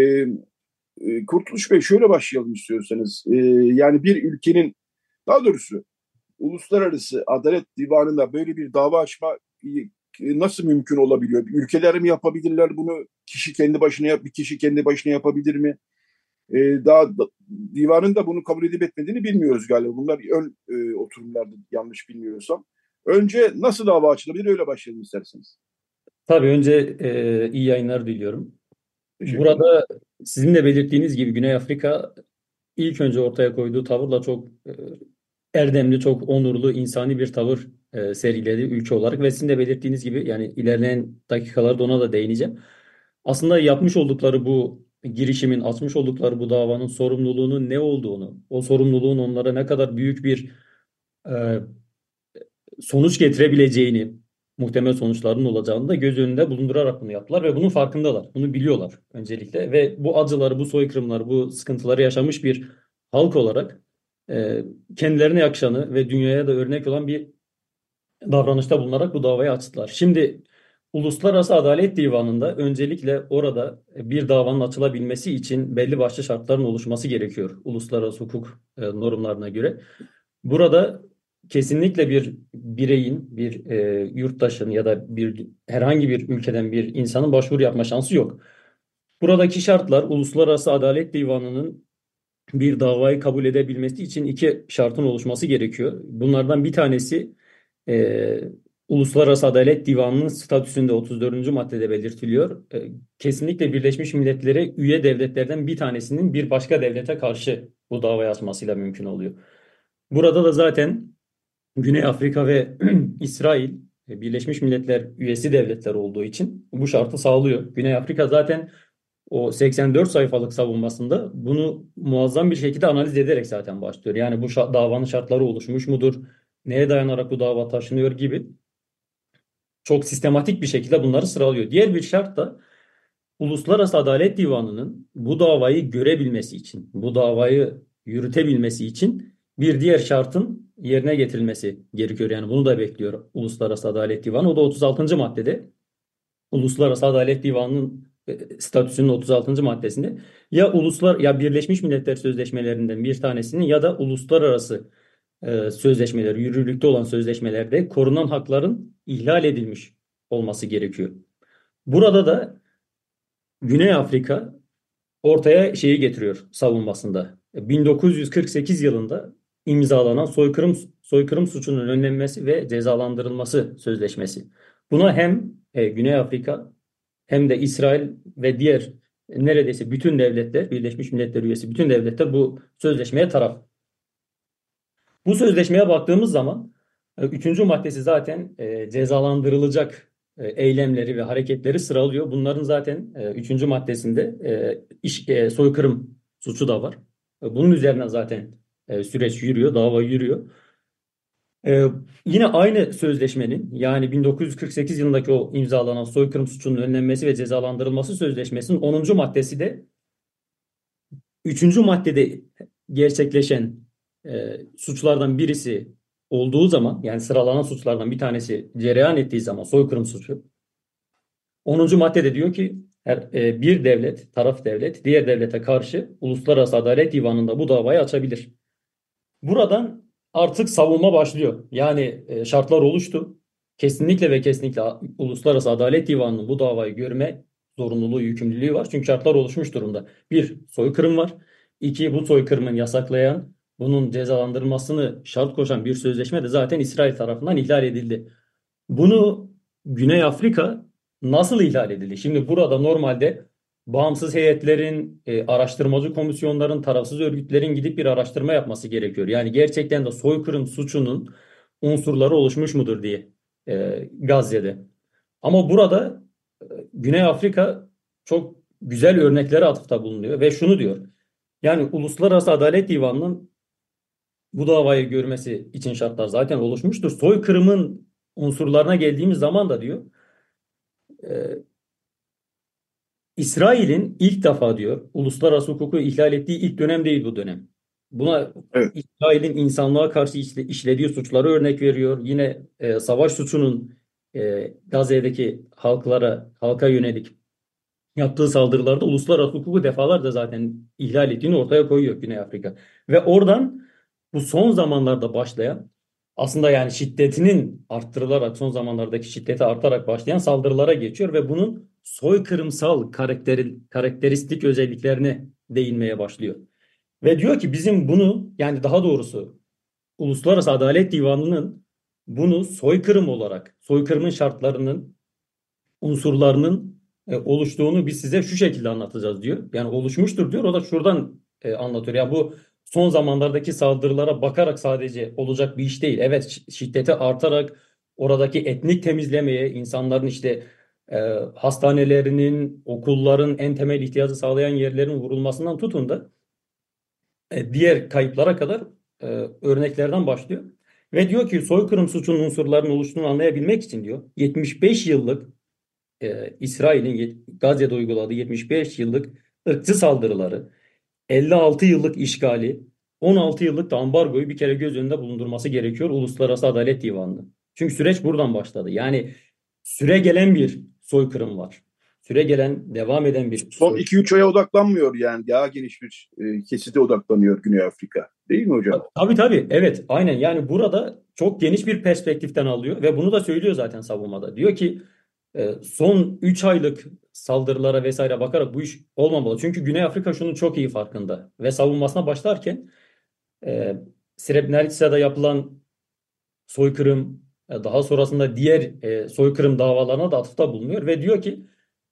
S2: e, Kurtuluş Bey şöyle başlayalım istiyorsanız. E, yani bir ülkenin, daha doğrusu Uluslararası Adalet Divanı'nda böyle bir dava açma nasıl mümkün olabiliyor? Ülkeler mi yapabilirler bunu? Kişi kendi başına yap, bir kişi kendi başına yapabilir mi? Ee, daha da, divanın da bunu kabul edip etmediğini bilmiyoruz galiba. Bunlar ön e, oturumlardı yanlış bilmiyorsam. Önce nasıl dava açılabilir öyle başlayalım isterseniz.
S4: Tabii önce e, iyi yayınlar diliyorum.
S2: Teşekkürler.
S4: Burada sizin de belirttiğiniz gibi Güney Afrika ilk önce ortaya koyduğu tavırla çok e, erdemli, çok onurlu, insani bir tavır e, sergiledi ülke olarak ve sizin de belirttiğiniz gibi yani ilerleyen dakikalarda ona da değineceğim. Aslında yapmış oldukları bu girişimin, açmış oldukları bu davanın sorumluluğunun ne olduğunu, o sorumluluğun onlara ne kadar büyük bir e, sonuç getirebileceğini, muhtemel sonuçlarının olacağını da göz önünde bulundurarak bunu yaptılar ve bunun farkındalar. Bunu biliyorlar öncelikle ve bu acıları, bu soykırımları, bu sıkıntıları yaşamış bir halk olarak e, kendilerine yakışanı ve dünyaya da örnek olan bir davranışta bulunarak bu davayı açtılar. Şimdi Uluslararası Adalet Divanı'nda öncelikle orada bir davanın açılabilmesi için belli başlı şartların oluşması gerekiyor uluslararası hukuk e, normlarına göre. Burada kesinlikle bir bireyin, bir e, yurttaşın ya da bir herhangi bir ülkeden bir insanın başvuru yapma şansı yok. Buradaki şartlar Uluslararası Adalet Divanı'nın bir davayı kabul edebilmesi için iki şartın oluşması gerekiyor. Bunlardan bir tanesi e, Uluslararası Adalet Divanı'nın statüsünde otuz dördüncü maddede belirtiliyor. E, kesinlikle Birleşmiş Milletler'e üye devletlerden bir tanesinin bir başka devlete karşı bu davayı açmasıyla mümkün oluyor. Burada da zaten Güney Afrika ve İsrail e, Birleşmiş Milletler üyesi devletler olduğu için bu şartı sağlıyor. Güney Afrika zaten o seksen dört sayfalık savunmasında bunu muazzam bir şekilde analiz ederek zaten başlıyor. Yani bu şa- davanın şartları oluşmuş mudur? neye dayanarak bu dava taşınıyor gibi çok sistematik bir şekilde bunları sıralıyor. Diğer bir şart da Uluslararası Adalet Divanı'nın bu davayı görebilmesi için, bu davayı yürütebilmesi için bir diğer şartın yerine getirilmesi gerekiyor. Yani bunu da bekliyor Uluslararası Adalet Divanı. O da otuz altıncı maddede. Uluslararası Adalet Divanı'nın e, statüsünün otuz altıncı maddesinde ya uluslar ya Birleşmiş Milletler sözleşmelerinden bir tanesinin ya da uluslararası e, sözleşmeler, yürürlükte olan sözleşmelerde korunan hakların ihlal edilmiş olması gerekiyor. Burada da Güney Afrika ortaya şeyi getiriyor savunmasında. bin dokuz yüz kırk sekiz yılında imzalanan soykırım soykırım suçunun önlenmesi ve cezalandırılması sözleşmesi. Buna hem e, Güney Afrika hem de İsrail ve diğer neredeyse bütün devletler, Birleşmiş Milletler üyesi bütün devletler bu sözleşmeye taraf. Bu sözleşmeye baktığımız zaman e, üçüncü maddesi zaten e, cezalandırılacak e, eylemleri ve hareketleri sıralıyor. Bunların zaten e, üçüncü maddesinde e, iş, e, soykırım suçu da var. E, bunun üzerinden zaten e, süreç yürüyor, dava yürüyor. E, yine aynı sözleşmenin yani bin dokuz yüz kırk sekiz yılındaki o imzalanan soykırım suçunun önlenmesi ve cezalandırılması sözleşmesinin onuncu maddesi de üçüncü maddede gerçekleşen e, suçlardan birisi olduğu zaman yani sıralanan suçlardan bir tanesi cereyan ettiği zaman soykırım suçu onuncu maddede diyor ki her, e, bir devlet, taraf devlet diğer devlete karşı Uluslararası Adalet Divanı'nda bu davayı açabilir. Buradan artık savunma başlıyor. Yani e, şartlar oluştu. Kesinlikle ve kesinlikle Uluslararası Adalet Divanı'nın bu davayı görme zorunluluğu, yükümlülüğü var. Çünkü şartlar oluşmuş durumda. Bir, soykırım var. İki, bu soykırımın yasaklayan, bunun cezalandırılmasını şart koşan bir sözleşme de zaten İsrail tarafından ihlal edildi. Bunu Güney Afrika nasıl ihlal edildi? Şimdi burada normalde bağımsız heyetlerin, e, araştırmacı komisyonların, tarafsız örgütlerin gidip bir araştırma yapması gerekiyor. Yani gerçekten de soykırım suçunun unsurları oluşmuş mudur diye e, Gazze'de. Ama burada e, Güney Afrika çok güzel örneklere atıfta bulunuyor ve şunu diyor. Yani Uluslararası Adalet Divanı'nın bu davayı görmesi için şartlar zaten oluşmuştur. Soykırımın unsurlarına geldiğimiz zaman da diyor e, İsrail'in ilk defa diyor uluslararası hukuku ihlal ettiği ilk dönem değil bu dönem. Buna
S2: Evet.
S4: İsrail'in insanlığa karşı işle- işlediği suçları örnek veriyor. Yine e, savaş suçunun e, Gazze'deki halklara, halka yönelik yaptığı saldırılarda uluslararası hukuku defalarca zaten ihlal ettiğini ortaya koyuyor Güney Afrika. Ve oradan bu son zamanlarda başlayan aslında yani şiddetinin arttırılarak son zamanlardaki şiddeti artarak başlayan saldırılara geçiyor ve bunun soykırımsal karakteri, karakteristik özelliklerine değinmeye başlıyor. Ve diyor ki bizim bunu yani daha doğrusu Uluslararası Adalet Divanı'nın bunu soykırım olarak, soykırımın şartlarının unsurlarının e, oluştuğunu biz size şu şekilde anlatacağız diyor. Yani oluşmuştur diyor. O da şuradan e, anlatıyor. Yani bu son zamanlardaki saldırılara bakarak sadece olacak bir iş değil. Evet şi- şiddeti artarak oradaki etnik temizlemeye, insanların işte e, hastanelerinin, okulların en temel ihtiyacı sağlayan yerlerin vurulmasından tutun da e, diğer kayıplara kadar e, örneklerden başlıyor. Ve diyor ki soykırım suçunun unsurlarının oluştuğunu anlayabilmek için diyor yetmiş beş yıllık e, İsrail'in yet- Gazze'de uyguladığı yetmiş beş yıllık ırkçı saldırıları, elli altı yıllık işgali, on altı yıllık da ambargoyu bir kere göz önünde bulundurması gerekiyor Uluslararası Adalet Divanı'nın. Çünkü süreç buradan başladı. Yani süre gelen bir soykırım var. Süre gelen, devam eden bir
S2: Son
S4: soykırım.
S2: iki üç aya odaklanmıyor yani. Daha geniş bir e, kesite odaklanıyor Güney Afrika. Değil mi hocam?
S4: Tabii tabii evet aynen yani burada çok geniş bir perspektiften alıyor ve bunu da söylüyor zaten savunmada. Diyor ki e, son üç aylık saldırılara vesaire bakarak bu iş olmamalı. Çünkü Güney Afrika şunun çok iyi farkında ve savunmasına başlarken e, Srebrenica'da yapılan soykırım e, daha sonrasında diğer e, soykırım davalarına da atıfta bulunuyor ve diyor ki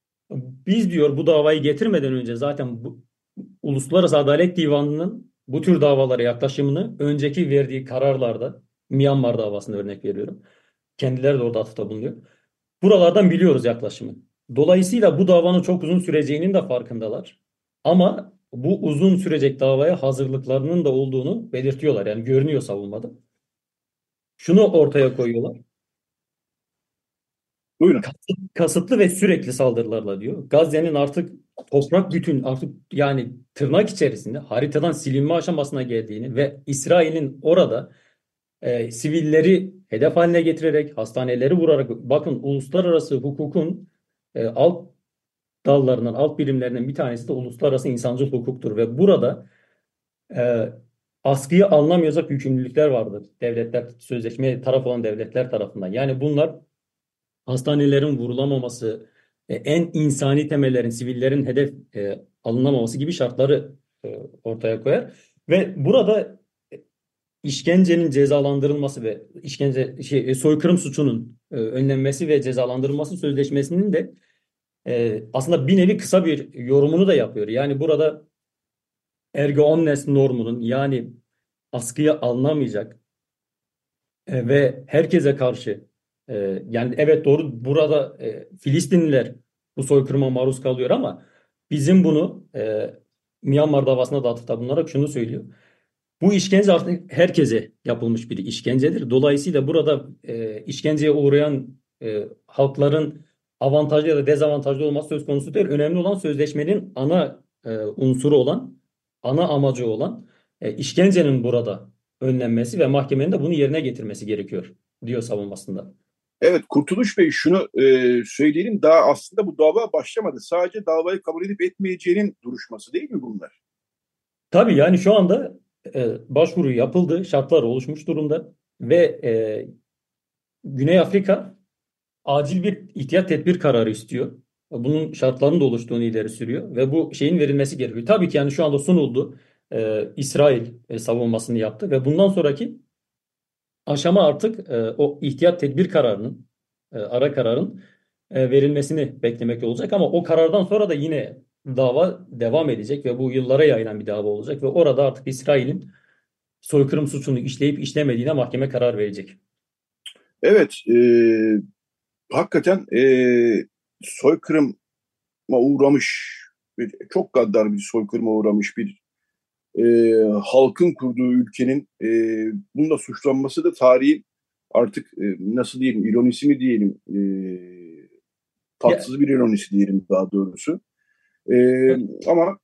S4: biz diyor bu davayı getirmeden önce zaten bu, Uluslararası Adalet Divanı'nın bu tür davalara yaklaşımını önceki verdiği kararlarda Myanmar davasında örnek veriyorum. Kendileri de orada atıfta bulunuyor. Buralardan biliyoruz yaklaşımı. Dolayısıyla bu davanın çok uzun süreceğinin de farkındalar. Ama bu uzun sürecek davaya hazırlıklarının da olduğunu belirtiyorlar. Yani görünüyor savunmada. şunu ortaya koyuyorlar.
S2: Buyurun.
S4: Kasıtlı ve sürekli saldırılarla diyor. Gazze'nin artık toprak bütün artık yani tırnak içerisinde haritadan silinme aşamasına geldiğini ve İsrail'in orada e, sivilleri hedef haline getirerek hastaneleri vurarak bakın uluslararası hukukun e, alt dallarından alt birimlerinden bir tanesi de uluslararası insancıl hukuktur ve burada e, askıya alınamayacak yükümlülükler vardır devletler sözleşmeye taraf olan devletler tarafından. Yani bunlar hastanelerin vurulamaması, e, en insani temellerin, sivillerin hedef e, alınamaması gibi şartları e, ortaya koyar. Ve burada e, işkencenin cezalandırılması ve işkence şey, e, soykırım suçunun e, önlenmesi ve cezalandırılması sözleşmesinin de e, aslında bir nevi kısa bir yorumunu da yapıyor. Yani burada erga omnes normunun yani askıya alınamayacak e, ve herkese karşı e, yani evet doğru burada e, Filistinliler bu soykırıma maruz kalıyor ama bizim bunu e, Myanmar davasına da atıfta bulunarak şunu söylüyor. Bu işkence artık herkese yapılmış bir işkencedir. Dolayısıyla burada e, işkenceye uğrayan e, halkların avantajlı ya da dezavantajlı olması söz konusu değil. Önemli olan sözleşmenin ana e, unsuru olan, ana amacı olan e, işkencenin burada önlenmesi ve mahkemenin de bunu yerine getirmesi gerekiyor diyor savunmasında.
S2: Evet, Kurtuluş Bey şunu e, söyleyelim. Daha aslında bu dava başlamadı. Sadece davayı kabul edip etmeyeceğinin duruşması değil mi bunlar?
S4: Tabii yani şu anda e, başvuru yapıldı, şartlar oluşmuş durumda ve e, Güney Afrika acil bir ihtiyat tedbir kararı istiyor. Bunun şartlarının da oluştuğunu ileri sürüyor ve bu şeyin verilmesi gerekiyor. Tabii ki yani şu anda sunuldu. E, İsrail e, savunmasını yaptı ve bundan sonraki aşama artık e, o ihtiyat tedbir kararının, e, ara kararın e, verilmesini beklemek olacak. Ama o karardan sonra da yine dava devam edecek ve bu yıllara yayılan bir dava olacak ve orada artık İsrail'in soykırım suçunu işleyip işlemediğine mahkeme karar verecek.
S2: Evet, e, hakikaten e, soykırıma uğramış, bir, çok gaddar bir soykırıma uğramış bir e, halkın kurduğu ülkenin e, bununla suçlanması da tarihin artık e, nasıl diyelim, ironisi mi diyelim, e,
S4: Ya,
S2: tatsız bir ironisi diyelim daha doğrusu. E, ama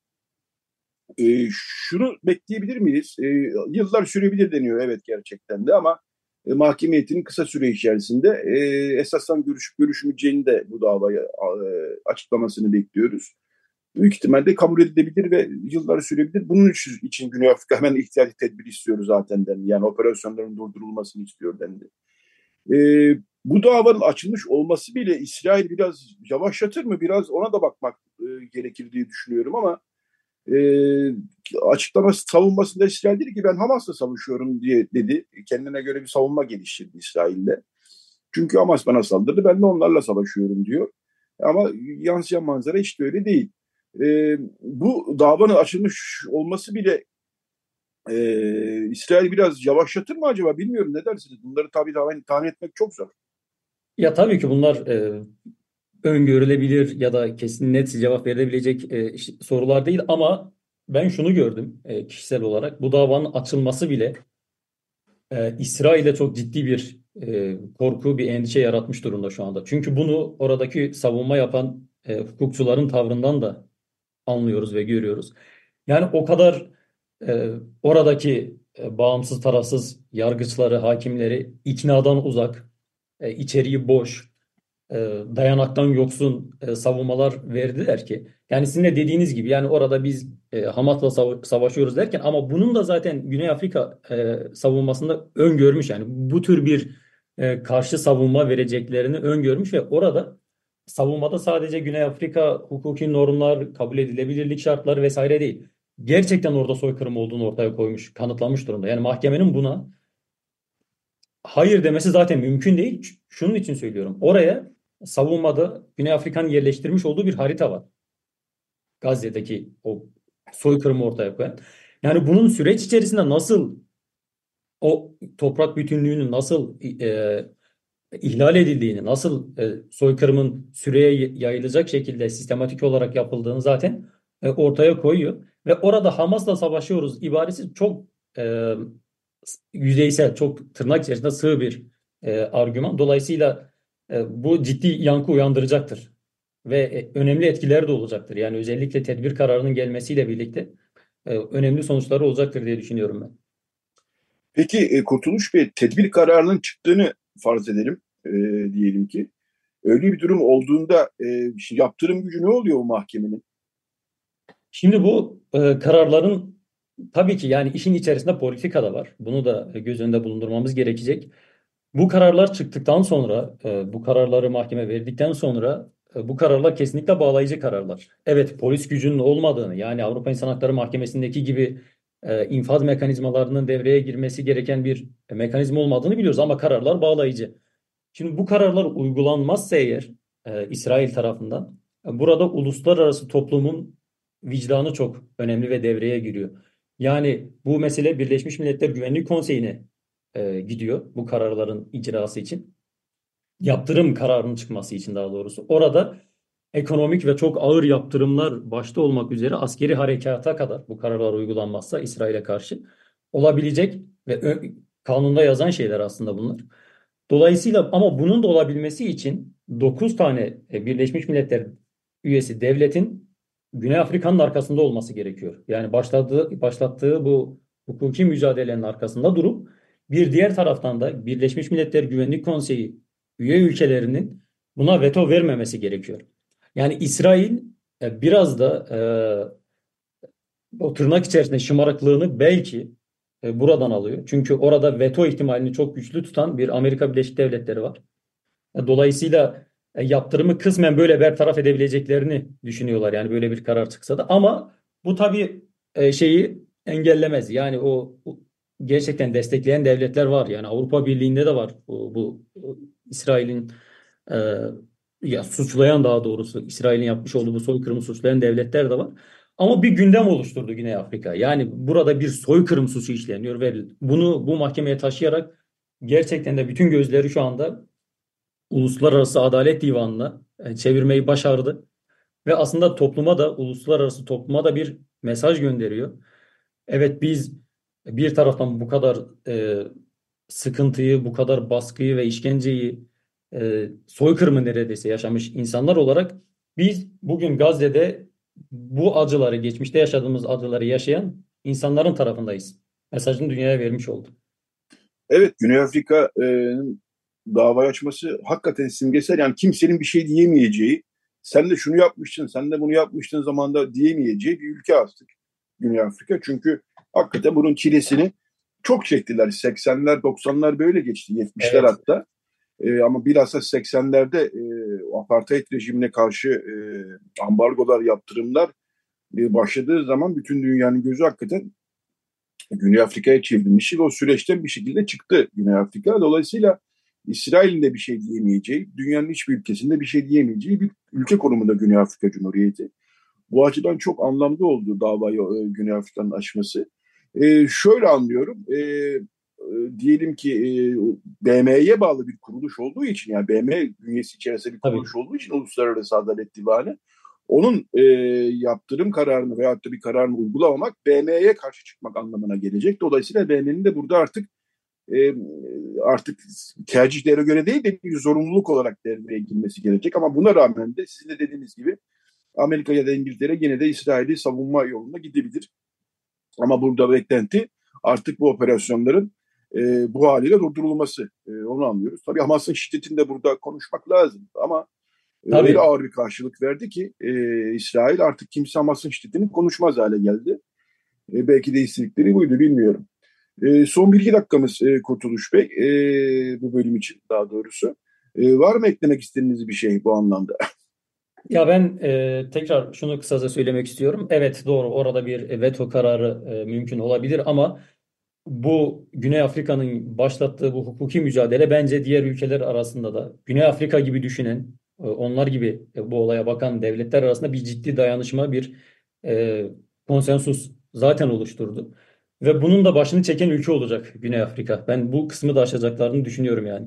S2: e, şunu bekleyebilir miyiz? E, yıllar sürebilir deniyor, evet, gerçekten de, ama e, mahkeme heyetinin kısa süre içerisinde e, esasen görüşüp görüşmeyeceğini de bu davaya e, açıklamasını bekliyoruz. Büyük ihtimalle kabul edilebilir ve yıllar sürebilir. Bunun için Güney Afrika hemen ihtiyati tedbir istiyor zaten dendi. Yani operasyonların durdurulmasını istiyor dendi. Ee, bu davanın açılmış olması bile İsrail biraz yavaşlatır mı? Biraz ona da bakmak e, gerekir diye düşünüyorum ama e, açıklaması, savunmasında İsrail dedi ki ben Hamas'la savaşıyorum diye dedi. Kendine göre bir savunma geliştirdi İsrail'le. Çünkü Hamas bana saldırdı, ben de onlarla savaşıyorum diyor. Ama yansıyan manzara hiç de öyle değil. E, bu davanın açılmış olması bile e, İsrail biraz yavaşlatır mı acaba, bilmiyorum, ne dersiniz? Bunları tabii tahmin, tahmin etmek çok zor.
S4: ya tabii ki bunlar e, öngörülebilir ya da kesin net cevap verilebilecek e, iş- sorular değil ama ben şunu gördüm e, kişisel olarak. Bu davanın açılması bile e, İsrail'e çok ciddi bir e, korku, bir endişe yaratmış durumda şu anda. Çünkü bunu oradaki savunma yapan e, hukukçuların tavrından da anlıyoruz ve görüyoruz. Yani o kadar e, oradaki e, bağımsız, tarafsız yargıçları, hakimleri iknadan uzak, e, içeriği boş, e, dayanaktan yoksun e, savunmalar verdiler ki. Yani sizin de dediğiniz gibi yani orada biz e, Hamas'la sava- savaşıyoruz derken ama bunun da zaten Güney Afrika e, savunmasında öngörmüş yani bu tür bir e, karşı savunma vereceklerini öngörmüş ve orada savunmada sadece Güney Afrika hukuki normlar, kabul edilebilirlik şartları vesaire değil. Gerçekten orada soykırım olduğunu ortaya koymuş, kanıtlamış durumda. Yani mahkemenin buna hayır demesi zaten mümkün değil. Ş- Şunun için söylüyorum. Oraya savunmada Güney Afrika'nın yerleştirmiş olduğu bir harita var. Gazze'deki o soykırımı ortaya koyan. Yani bunun süreç içerisinde nasıl o toprak bütünlüğünün nasıl e, ihlal edildiğini, nasıl e, soykırımın süreye yayılacak şekilde sistematik olarak yapıldığını zaten e, ortaya koyuyor. Ve orada Hamas'la savaşıyoruz ibaresi çok e, yüzeysel, çok tırnak içerisinde sığ bir e, argüman. Dolayısıyla e, bu ciddi yankı uyandıracaktır ve e, önemli etkileri de olacaktır. Yani özellikle tedbir kararının gelmesiyle birlikte e, önemli sonuçları olacaktır diye düşünüyorum ben.
S2: Peki e, Kurtuluş Bey, tedbir kararının çıktığını farz edelim, e, diyelim ki. Öyle bir durum olduğunda e, şimdi yaptırım gücü ne oluyor o mahkemenin?
S4: Şimdi bu e, kararların tabii ki yani işin içerisinde politika da var. Bunu da e, göz önünde bulundurmamız gerekecek. Bu kararlar çıktıktan sonra, e, bu kararları mahkeme verdikten sonra e, bu kararlar kesinlikle bağlayıcı kararlar. Evet, polis gücünün olmadığını, yani Avrupa İnsan Hakları Mahkemesi'ndeki gibi e, infaz mekanizmalarının devreye girmesi gereken bir e, mekanizma olmadığını biliyoruz ama kararlar bağlayıcı. Şimdi bu kararlar uygulanmazsa eğer e, İsrail tarafından e, burada uluslararası toplumun vicdanı çok önemli ve devreye giriyor. Yani bu mesele Birleşmiş Milletler Güvenlik Konseyi'ne e, gidiyor bu kararların icrası için. Yaptırım kararının çıkması için daha doğrusu. Orada ekonomik ve çok ağır yaptırımlar başta olmak üzere askeri harekata kadar bu kararlar uygulanmazsa İsrail'e karşı olabilecek ve ö- kanunda yazan şeyler aslında bunlar. Dolayısıyla ama bunun da olabilmesi için dokuz tane e, Birleşmiş Milletler üyesi devletin Güney Afrika'nın arkasında olması gerekiyor. Yani başladığı, başlattığı bu hukuki mücadelenin arkasında durup bir diğer taraftan da Birleşmiş Milletler Güvenlik Konseyi üye ülkelerinin buna veto vermemesi gerekiyor. Yani İsrail e, biraz da e, o tırnak içerisinde şımarıklığını belki e, buradan alıyor. Çünkü orada veto ihtimalini çok güçlü tutan bir Amerika Birleşik Devletleri var. E, Dolayısıyla e, yaptırımı kısmen böyle bertaraf edebileceklerini düşünüyorlar. Yani böyle bir karar çıksa da. Ama bu tabii e, şeyi engellemez. Yani o, o gerçekten destekleyen devletler var. Yani Avrupa Birliği'nde de var bu, bu bu İsrail'in e, ya suçlayan daha doğrusu İsrail'in yapmış olduğu bu soykırımı suçlayan devletler de var. Ama bir gündem oluşturdu Güney Afrika. Yani burada bir soykırım suçu işleniyor ve bunu bu mahkemeye taşıyarak gerçekten de bütün gözleri şu anda Uluslararası Adalet Divanı'na e, çevirmeyi başardı. Ve aslında topluma da, uluslararası topluma da bir mesaj gönderiyor. Evet, biz bir taraftan bu kadar e, sıkıntıyı, bu kadar baskıyı ve işkenceyi, e, soykırımı neredeyse yaşamış insanlar olarak biz bugün Gazze'de bu acıları, geçmişte yaşadığımız acıları yaşayan insanların tarafındayız. Mesajını dünyaya vermiş oldu.
S2: Evet, Güney Afrika'nın davayı açması hakikaten simgesel. Yani kimsenin bir şey diyemeyeceği, sen de şunu yapmıştın, sen de bunu yapmıştın zamanda diyemeyeceği bir ülke artık Güney Afrika. Çünkü hakikaten bunun çilesini çok çektiler. seksenler, doksanlar böyle geçti, yetmişler
S4: Evet,
S2: hatta. Ee, ama bilhassa seksenlerde e, apartheid rejimine karşı e, ambargolar, yaptırımlar e, başladığı zaman bütün dünyanın gözü hakikaten Güney Afrika'ya çevrilmişti ve o süreçten bir şekilde çıktı Güney Afrika. Dolayısıyla İsrail'in de bir şey diyemeyeceği, dünyanın hiçbir ülkesinde bir şey diyemeyeceği bir ülke konumunda Güney Afrika Cumhuriyeti. Bu açıdan çok anlamlı oldu davayı e, Güney Afrika'nın açması. E, şöyle anlıyorum, e, e, diyelim ki e, B M'ye bağlı bir kuruluş olduğu için, yani B M bünyesi içerisinde bir
S4: tabii.
S2: kuruluş olduğu için Uluslararası Adalet Divanı, onun e, yaptırım kararını veyahut da bir kararını uygulamamak B M'ye karşı çıkmak anlamına gelecek. Dolayısıyla B M'nin de burada artık e, artık tercihlere göre değil de bir zorunluluk olarak devreye girmesi gerekecek. Ama buna rağmen de sizin de dediğiniz gibi Amerika ya da İngiltere yine de İsrail'i savunma yoluna gidebilir. Ama burada beklenti artık bu operasyonların e, bu haliyle durdurulması. E, onu anlıyoruz. Tabii Hamas'ın şiddetini de burada konuşmak lazım. Ama öyle
S4: Tabii.
S2: ağır bir karşılık verdi ki e, İsrail artık kimse Hamas'ın şiddetini konuşmaz hale geldi. E, belki de istedikleri buydu, bilmiyorum. E, son bir iki dakikamız e, Kurtuluş Bey, e, bu bölüm için daha doğrusu. E, var mı eklemek istediğiniz bir şey bu anlamda?
S4: Ya ben e, tekrar şunu kısaca söylemek istiyorum. Evet, doğru, orada bir veto kararı e, mümkün olabilir ama bu Güney Afrika'nın başlattığı bu hukuki mücadele bence diğer ülkeler arasında da Güney Afrika gibi düşünen, e, onlar gibi e, bu olaya bakan devletler arasında bir ciddi dayanışma, bir e, konsensus zaten oluşturdu. Ve bunun da başını çeken ülke olacak Güney Afrika. Ben bu kısmı da aşacaklarını düşünüyorum yani.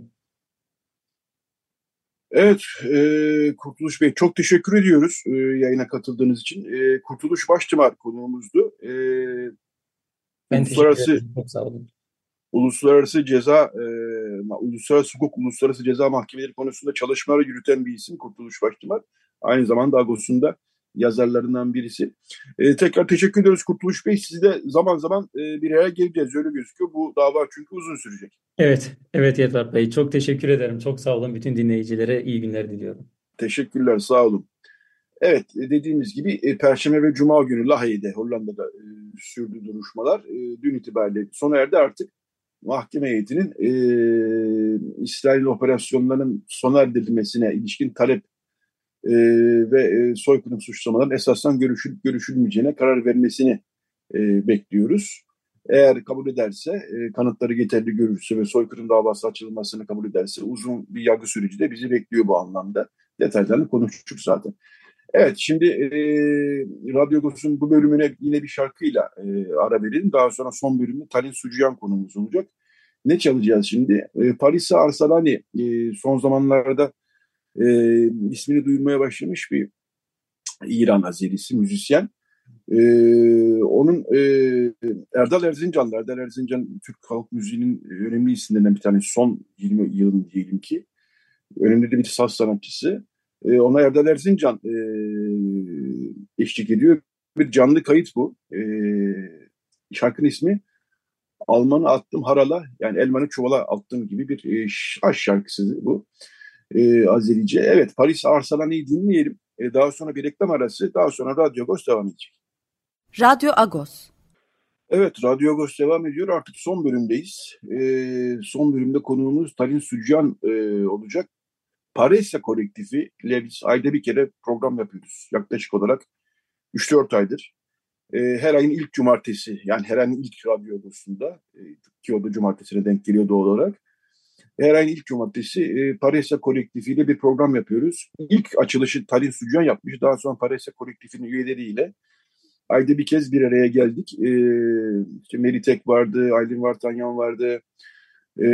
S2: Evet, e, Kurtuluş Bey çok teşekkür ediyoruz e, yayına katıldığınız için. E, Kurtuluş Baştımar konuğumuzdu. E,
S4: Ben teşekkür
S2: Uluslararası
S4: ederim. Çok sağ olun.
S2: uluslararası ceza, e, uluslararası hukuk, uluslararası ceza mahkemeleri konusunda çalışmalar yürüten bir isim Kurtuluş Başçılar. Aynı zamanda Agos'un da yazarlarından birisi. E, tekrar teşekkür ediyoruz Kurtuluş Bey. Sizi de zaman zaman e, bir araya geleceğiz. Öyle gözüküyor. Bu dava çünkü uzun sürecek.
S4: Evet, evet Yetvar Bey. Çok teşekkür ederim. Çok sağ olun. Bütün dinleyicilere iyi günler diliyorum.
S2: Teşekkürler, sağ olun. Evet, dediğimiz gibi e, Perşembe ve Cuma günü Lahey'de, Hollanda'da e, sürdü duruşmalar. E, dün itibariyle sona erdi artık. Mahkeme heyetinin e, İsrail operasyonlarının sona erdirilmesine ilişkin talep e, ve e, soykırım suçlamaların esasdan görüşülüp görüşülmeyeceğine karar vermesini e, bekliyoruz. Eğer kabul ederse, e, kanıtları yeterli görürse ve soykırım davası açılmasını kabul ederse uzun bir yargı süreci de bizi bekliyor bu anlamda. Detaylarını konuştuk zaten. Evet, şimdi e, Radyo Agos'un bu bölümüne yine bir şarkıyla e, ara verelim. Daha sonra son bölümde Talin Sucuyan konumuz olacak. Ne çalacağız şimdi? E, Parisa Arsalani e, son zamanlarda e, ismini duyulmaya başlamış bir İran Azerisi, müzisyen. E, onun e, Erdal Erzincan, Erdal Erzincan Türk halk müziğinin önemli isimlerinden bir tanesi. Son yirmi yılın diyelim ki. Önemli de bir saz sanatçısı. E, ona Erdal Erzincan e, eşlik ediyor. Bir canlı kayıt bu. E, şarkının ismi Almanı attım harala, yani elmanı çuvala attım gibi bir e, aşk şarkısı bu. E, Azerice. Evet, Paris Arsalan'ı dinleyelim. E, daha sonra bir reklam arası, daha sonra Radyo Agos devam edecek.
S1: Radyo Agos.
S2: Evet, Radyo Agos devam ediyor. Artık son bölümdeyiz. E, son bölümde konuğumuz Talin Sucuyan e, olacak. Paresa kolektifi ile biz ayda bir kere program yapıyoruz. Yaklaşık olarak üç dört aydır. E, her ayın ilk cumartesi, yani her ayın ilk radyo odasında, e, ki o da cumartesine denk geliyor doğal olarak. Her ayın ilk cumartesi e, Paresa kolektifi ile bir program yapıyoruz. İlk açılışı Talin Sucuyan yapmış. Daha sonra Paresa kolektifinin üyeleriyle ayda bir kez bir araya geldik. E, işte Meritek vardı, Aylin Vartanyan vardı. E,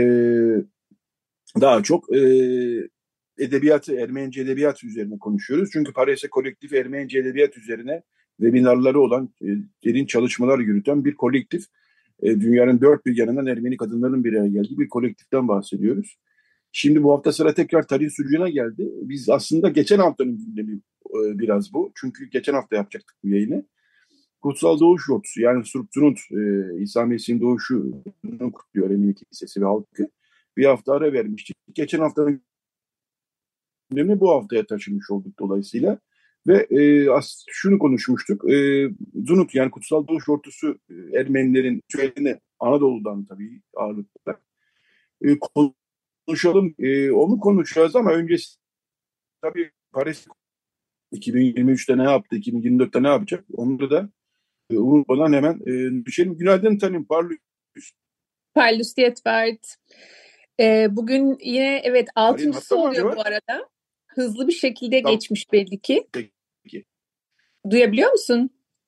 S2: daha çok e, edebiyatı, Ermenice edebiyat üzerine konuşuyoruz. Çünkü Paresa kolektif Ermenice edebiyat üzerine webinarları olan, e, derin çalışmalar yürüten bir kolektif. E, dünyanın dört bir yanından Ermeni kadınların bir araya geldiği bir kolektiften bahsediyoruz. Şimdi bu hafta sıra tekrar Talin Sucuyan'a geldi. Biz aslında geçen haftanın gündemi e, biraz bu. Çünkü geçen hafta yapacaktık bu yayını. Kutsal Doğuş Yolcusu, yani Surptunut, e, İsa Mesih'in doğuşunu kutluyor Ermeni Kilisesi ve halkı. Bir hafta ara vermiştik. Geçen haftanın gündemi bu haftaya taşımış olduk dolayısıyla. Ve e, as, şunu konuşmuştuk. E, Zunut, yani Kutsal Doğuş Ordusu e, Ermenilerin ritüelini Anadolu'dan tabii ağırlıkla e, konuşalım. E, onu konuşacağız ama öncesi tabii Paris iki bin yirmi üçte ne yaptı, iki bin yirmi dörtte ne yapacak? Onu da e, unutmadan hemen e, düşelim. Günaydın Tanim, parlıyız.
S5: Parlus Dietvert. Ee, bugün yine evet altıncısı oluyor
S2: acaba?
S5: bu arada. Hızlı bir şekilde
S2: Tamam.
S5: geçmiş belli ki.
S2: Peki.
S5: Duyabiliyor musun?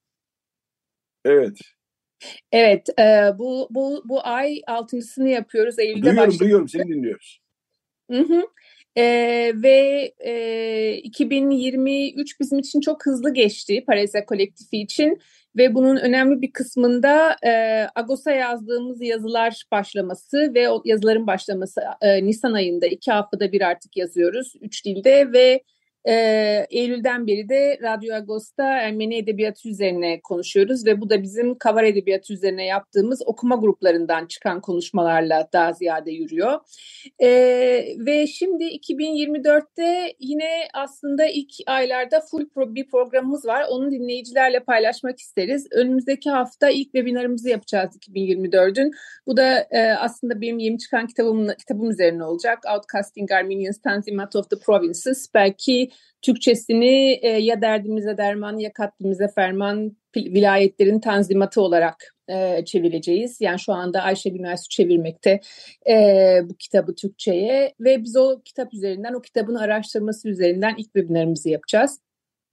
S2: Evet.
S5: Evet, e, bu bu bu ay altıncısını yapıyoruz. Eylül'de
S2: Duyuyorum,
S5: başladık.
S2: duyuyorum. Seni dinliyoruz.
S5: Hı hı. Ee, ve e, iki bin yirmi üç bizim için çok hızlı geçti Paresa kolektifi için ve bunun önemli bir kısmında e, Agos'a yazdığımız yazılar başlaması ve o yazıların başlaması e, Nisan ayında iki haftada bir artık yazıyoruz üç dilde ve e, Eylül'den beri de Radyo Agos'ta Ermeni edebiyatı üzerine konuşuyoruz ve bu da bizim Kavar edebiyatı üzerine yaptığımız okuma gruplarından çıkan konuşmalarla daha ziyade yürüyor. E, ve şimdi iki bin yirmi dörtte yine aslında ilk aylarda full pro, bir programımız var. Onu dinleyicilerle paylaşmak isteriz. Önümüzdeki hafta ilk webinarımızı yapacağız iki bin yirmi dördün. Bu da e, aslında benim yeni çıkan kitabım, kitabım üzerine olacak. Outcasting Armenians Tanzimat of the Provinces. Belki Türkçesini e, ya derdimize derman ya katlimize ferman vilayetlerin tanzimatı olarak e, çevireceğiz. Yani şu anda Ayşe Günersu çevirmekte e, bu kitabı Türkçe'ye ve biz o kitap üzerinden, o kitabın araştırması üzerinden ilk webinarımızı yapacağız.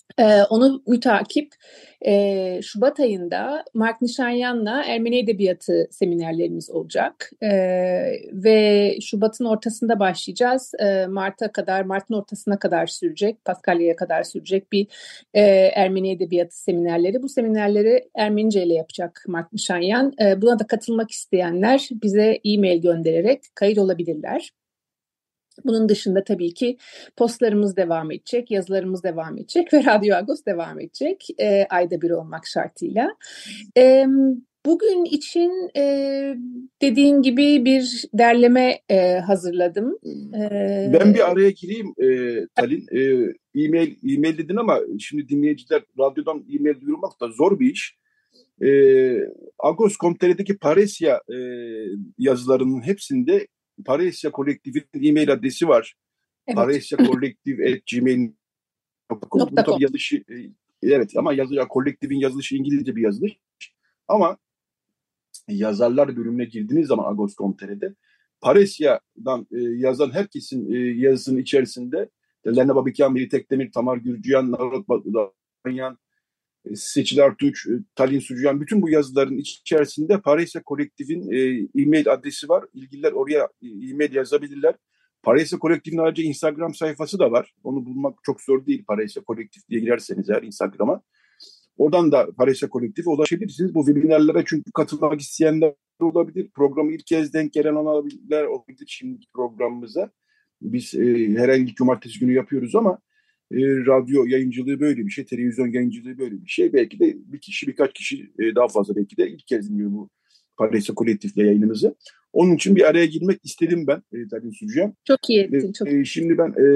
S5: Ee, onu mütakip e, Şubat ayında Mark Nişanyan'la Ermeni Edebiyatı seminerlerimiz olacak. Ee, ve Şubat'ın ortasında başlayacağız. Ee, Mart'a kadar, Mart'ın ortasına kadar sürecek, Paskalya'ya kadar sürecek bir e, Ermeni Edebiyatı seminerleri. Bu seminerleri Ermenice ile yapacak Mark Nişanyan. Ee, buna da katılmak isteyenler bize e-mail göndererek kayıt olabilirler. Bunun dışında tabii ki postlarımız devam edecek, yazılarımız devam edecek ve Radyo Agos devam edecek e, ayda bir olmak şartıyla. E, bugün için e, dediğin gibi bir derleme e, hazırladım. E,
S2: Ben bir araya gireyim e, Talin. E, e-mail, e-mail dedin ama şimdi dinleyiciler radyodan e-mail duyurmak da zor bir iş. E, Agos nokta com nokta tr'deki Paresya e, yazılarının hepsinde Paresya Kolektif'in e-mail adresi var.
S5: evet.
S2: paresyakolektif at gmail nokta com. Bu tabii yazılışı, e, evet ama yazı, kolektifin yazılışı İngilizce bir yazılış. Ama yazarlar bölümüne girdiğiniz zaman Agos nokta com nokta tr'de Paresya'dan e, yazan herkesin e, yazısının içerisinde Lena Babikyan, Miri Tekdemir, Tamar Gürcüyan, Narot Bayan, e, Seçil Artuç, e, Talin Sucuyan, bütün bu yazıların içerisinde Paresya Kolektif'in e, e-mail adresi var. İlgililer oraya e-mail yazabilirler. Paresya Kolektif'in ayrıca Instagram sayfası da var. Onu bulmak çok zor değil. Paresya Kolektif diye girerseniz eğer Instagram'a. Oradan da Paresya Kolektif'e ulaşabilirsiniz. Bu webinarlara çünkü katılmak isteyenler olabilir. Programı ilk kez denk gelen olabilirler. Olabilir şimdiki programımıza. Biz e, herhangi cumartesi günü yapıyoruz ama e, radyo yayıncılığı böyle bir şey. Televizyon yayıncılığı böyle bir şey. Belki de bir kişi, birkaç kişi e, daha fazla belki de ilk kez dinliyor bu Paresya Kolektif'le yayınımızı. Onun için bir araya girmek istedim ben. E, tabii Sucuğum.
S5: Çok iyi ettin. Çok.
S2: E, şimdi ben... E,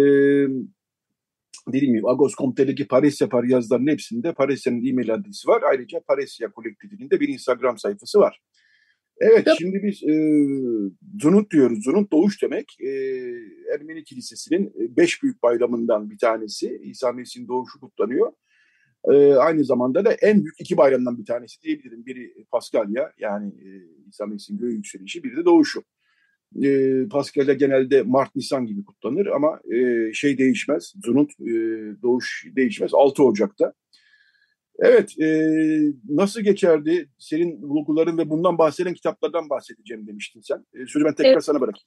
S2: dediğim gibi Agos nokta com nokta tr'deki Paresya par yazılarının hepsinde Paresya'nın e-mail adresi var. Ayrıca Paresya Kolektifinin de bir Instagram sayfası var. Evet,
S5: Yok.
S2: şimdi biz e, Zunut diyoruz. Zunut doğuş demek. E, Ermeni Kilisesi'nin beş büyük bayramından bir tanesi. İsa Mesih'in doğuşu kutlanıyor. E, aynı zamanda da en büyük iki bayramdan bir tanesi diyebilirim. Biri Paskalya, yani e, İsa Mesih'in göğe yükselişi, biri de doğuşu. E, Paskalya genelde Mart-Nisan gibi kutlanır ama e, şey değişmez. Zunut e, doğuş değişmez. altı Ocak'ta. Evet, e, nasıl geçerdi senin bulguların ve bundan bahseden kitaplardan bahsedeceğim demiştin sen. E, sözü ben tekrar evet. sana bırakayım.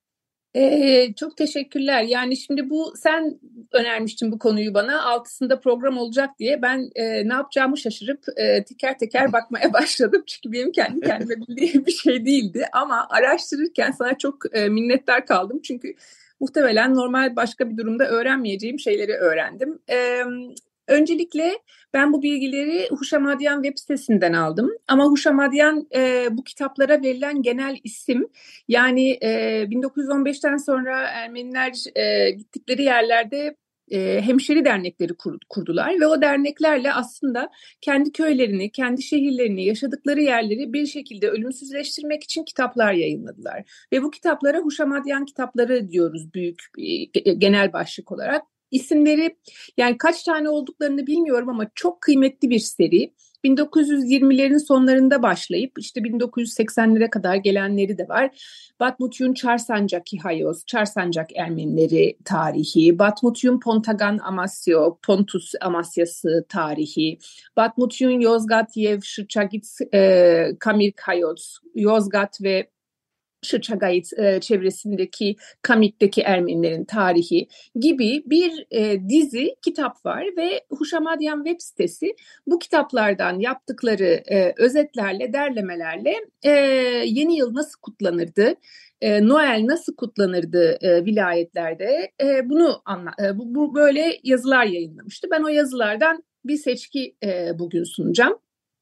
S5: Ee, çok teşekkürler. Yani şimdi bu sen önermiştin bu konuyu bana. Altısında program olacak diye ben e, ne yapacağımı şaşırıp e, teker teker bakmaya başladım. Çünkü benim kendi kendime bildiğim bir şey değildi. Ama araştırırken sana çok e, minnettar kaldım. Çünkü muhtemelen normal başka bir durumda öğrenmeyeceğim şeyleri öğrendim. Evet. Öncelikle ben bu bilgileri Huşamadyan web sitesinden aldım. Ama Huşamadyan e, bu kitaplara verilen genel isim. Yani e, bin dokuz yüz on beşten sonra Ermeniler e, gittikleri yerlerde e, hemşeri dernekleri kur, kurdular. Ve o derneklerle aslında kendi köylerini, kendi şehirlerini, yaşadıkları yerleri bir şekilde ölümsüzleştirmek için kitaplar yayınladılar. Ve bu kitaplara Huşamadyan kitapları diyoruz büyük e, genel başlık olarak. İsimleri yani kaç tane olduklarını bilmiyorum ama çok kıymetli bir seri. bin dokuz yüz yirmilerin sonlarında başlayıp işte bin dokuz yüz seksenlere kadar gelenleri de var. Batmutyun Çarsancaki Hayos, Çarsancak Ermenileri tarihi, Batmutyun Pontagan Amasyo, Pontus Amasyası tarihi, Batmutyun Yozgat Yev Şırçagit e, Kamik Hayos, Yozgat ve Şırçagayit e, çevresindeki Kamik'teki Ermenilerin tarihi gibi bir e, dizi kitap var ve Huşamadyan web sitesi bu kitaplardan yaptıkları e, özetlerle, derlemelerle e, yeni yıl nasıl kutlanırdı, e, Noel nasıl kutlanırdı e, vilayetlerde e, bunu anla, e, bu, bu böyle yazılar yayınlamıştı. Ben o yazılardan bir seçki e, bugün sunacağım.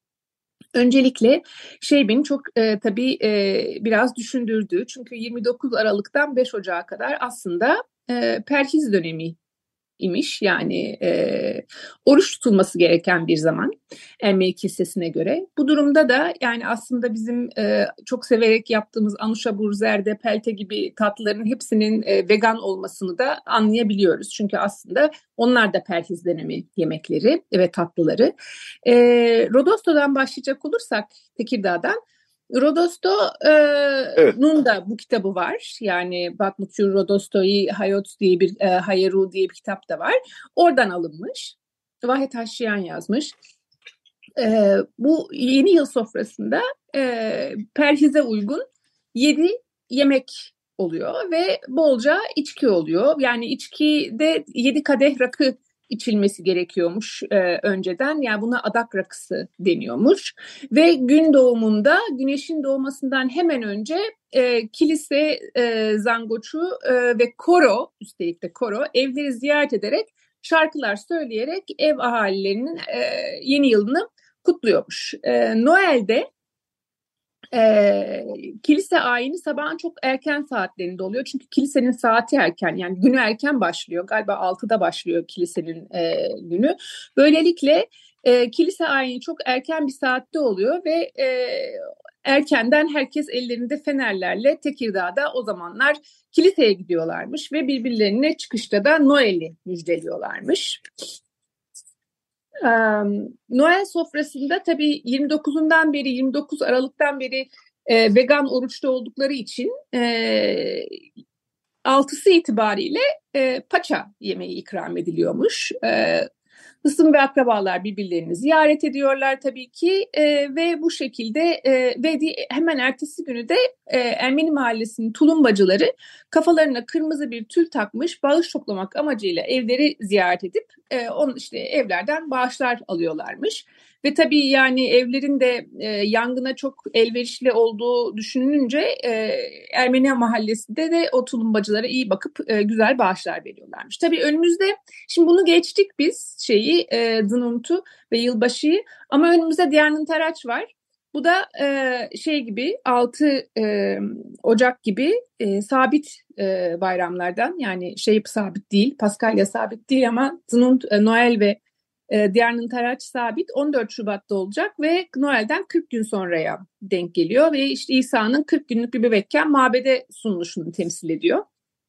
S5: Öncelikle şey beni çok e, tabii e, biraz düşündürdü. Çünkü yirmi dokuz Aralık'tan beş Ocak'a kadar aslında e, perhiz dönemi imiş. Yani e, oruç tutulması gereken bir zaman Ermeni Kilisesi'ne göre. Bu durumda da yani aslında bizim e, çok severek yaptığımız anuşa burzerde, pelte gibi tatlıların hepsinin e, vegan olmasını da anlayabiliyoruz. Çünkü aslında onlar da perhiz dönemi yemekleri ve tatlıları. E, Rodosto'dan başlayacak olursak Tekirdağ'dan, Rodosto'nun evet. da bu kitabı var. Yani Batmutyun Rodostoi Hayot diye bir e, Hayeru diye bir kitap da var. Oradan alınmış. Vahet Haşiyan yazmış. E, bu yeni yıl sofrasında e, perhize uygun yedi yemek oluyor ve bolca içki oluyor. Yani içkide yedi kadeh rakı içilmesi gerekiyormuş e, önceden. Yani buna adak rakısı deniyormuş. Ve gün doğumunda, güneşin doğmasından hemen önce e, kilise e, zangoçu e, ve koro, üstelik de koro evleri ziyaret ederek şarkılar söyleyerek ev ahalilerinin e, yeni yılını kutluyormuş. E, Noel'de e, kilise ayini sabahın çok erken saatlerinde oluyor. Çünkü kilisenin saati erken, yani günü erken başlıyor. Galiba altıda başlıyor kilisenin e, günü. Böylelikle e, kilise ayini çok erken bir saatte oluyor ve e, erkenden herkes ellerinde fenerlerle Tekirdağ'da o zamanlar kiliseye gidiyorlarmış ve birbirlerine çıkışta da Noel'i müjdeliyorlarmış. Um, Noel sofrasında tabii yirmi dokuzundan beri, yirmi dokuz Aralık'tan beri e, vegan oruçta oldukları için e, altısı itibariyle e, paça yemeği ikram ediliyormuş. E, Hısım ve akrabalar birbirlerini ziyaret ediyorlar tabii ki e, ve bu şekilde e, ve di, hemen ertesi günü de e, Ermeni mahallesinin tulumbacıları kafalarına kırmızı bir tül takmış, bağış toplamak amacıyla evleri ziyaret edip e, on işte evlerden bağışlar alıyorlarmış. Ve tabii yani evlerin de e, yangına çok elverişli olduğu düşünülünce e, Ermeni mahallesinde de o tulumbacılara iyi bakıp e, güzel bağışlar veriyorlarmış. Tabii önümüzde, şimdi bunu geçtik biz şeyi, e, Zınunt'u ve yılbaşıyı, ama önümüzde Diyarnıntaraç var. Bu da e, şey gibi altı e, Ocak gibi e, sabit e, bayramlardan, yani şey sabit değil, Paskalya sabit değil ama Zınunt, e, Noel ve e, Diyarnıntaraç sabit on dört Şubat'ta olacak ve Noel'den kırk gün sonraya denk geliyor ve işte İsa'nın kırk günlük bir bebekken mabede sunuluşunu temsil ediyor.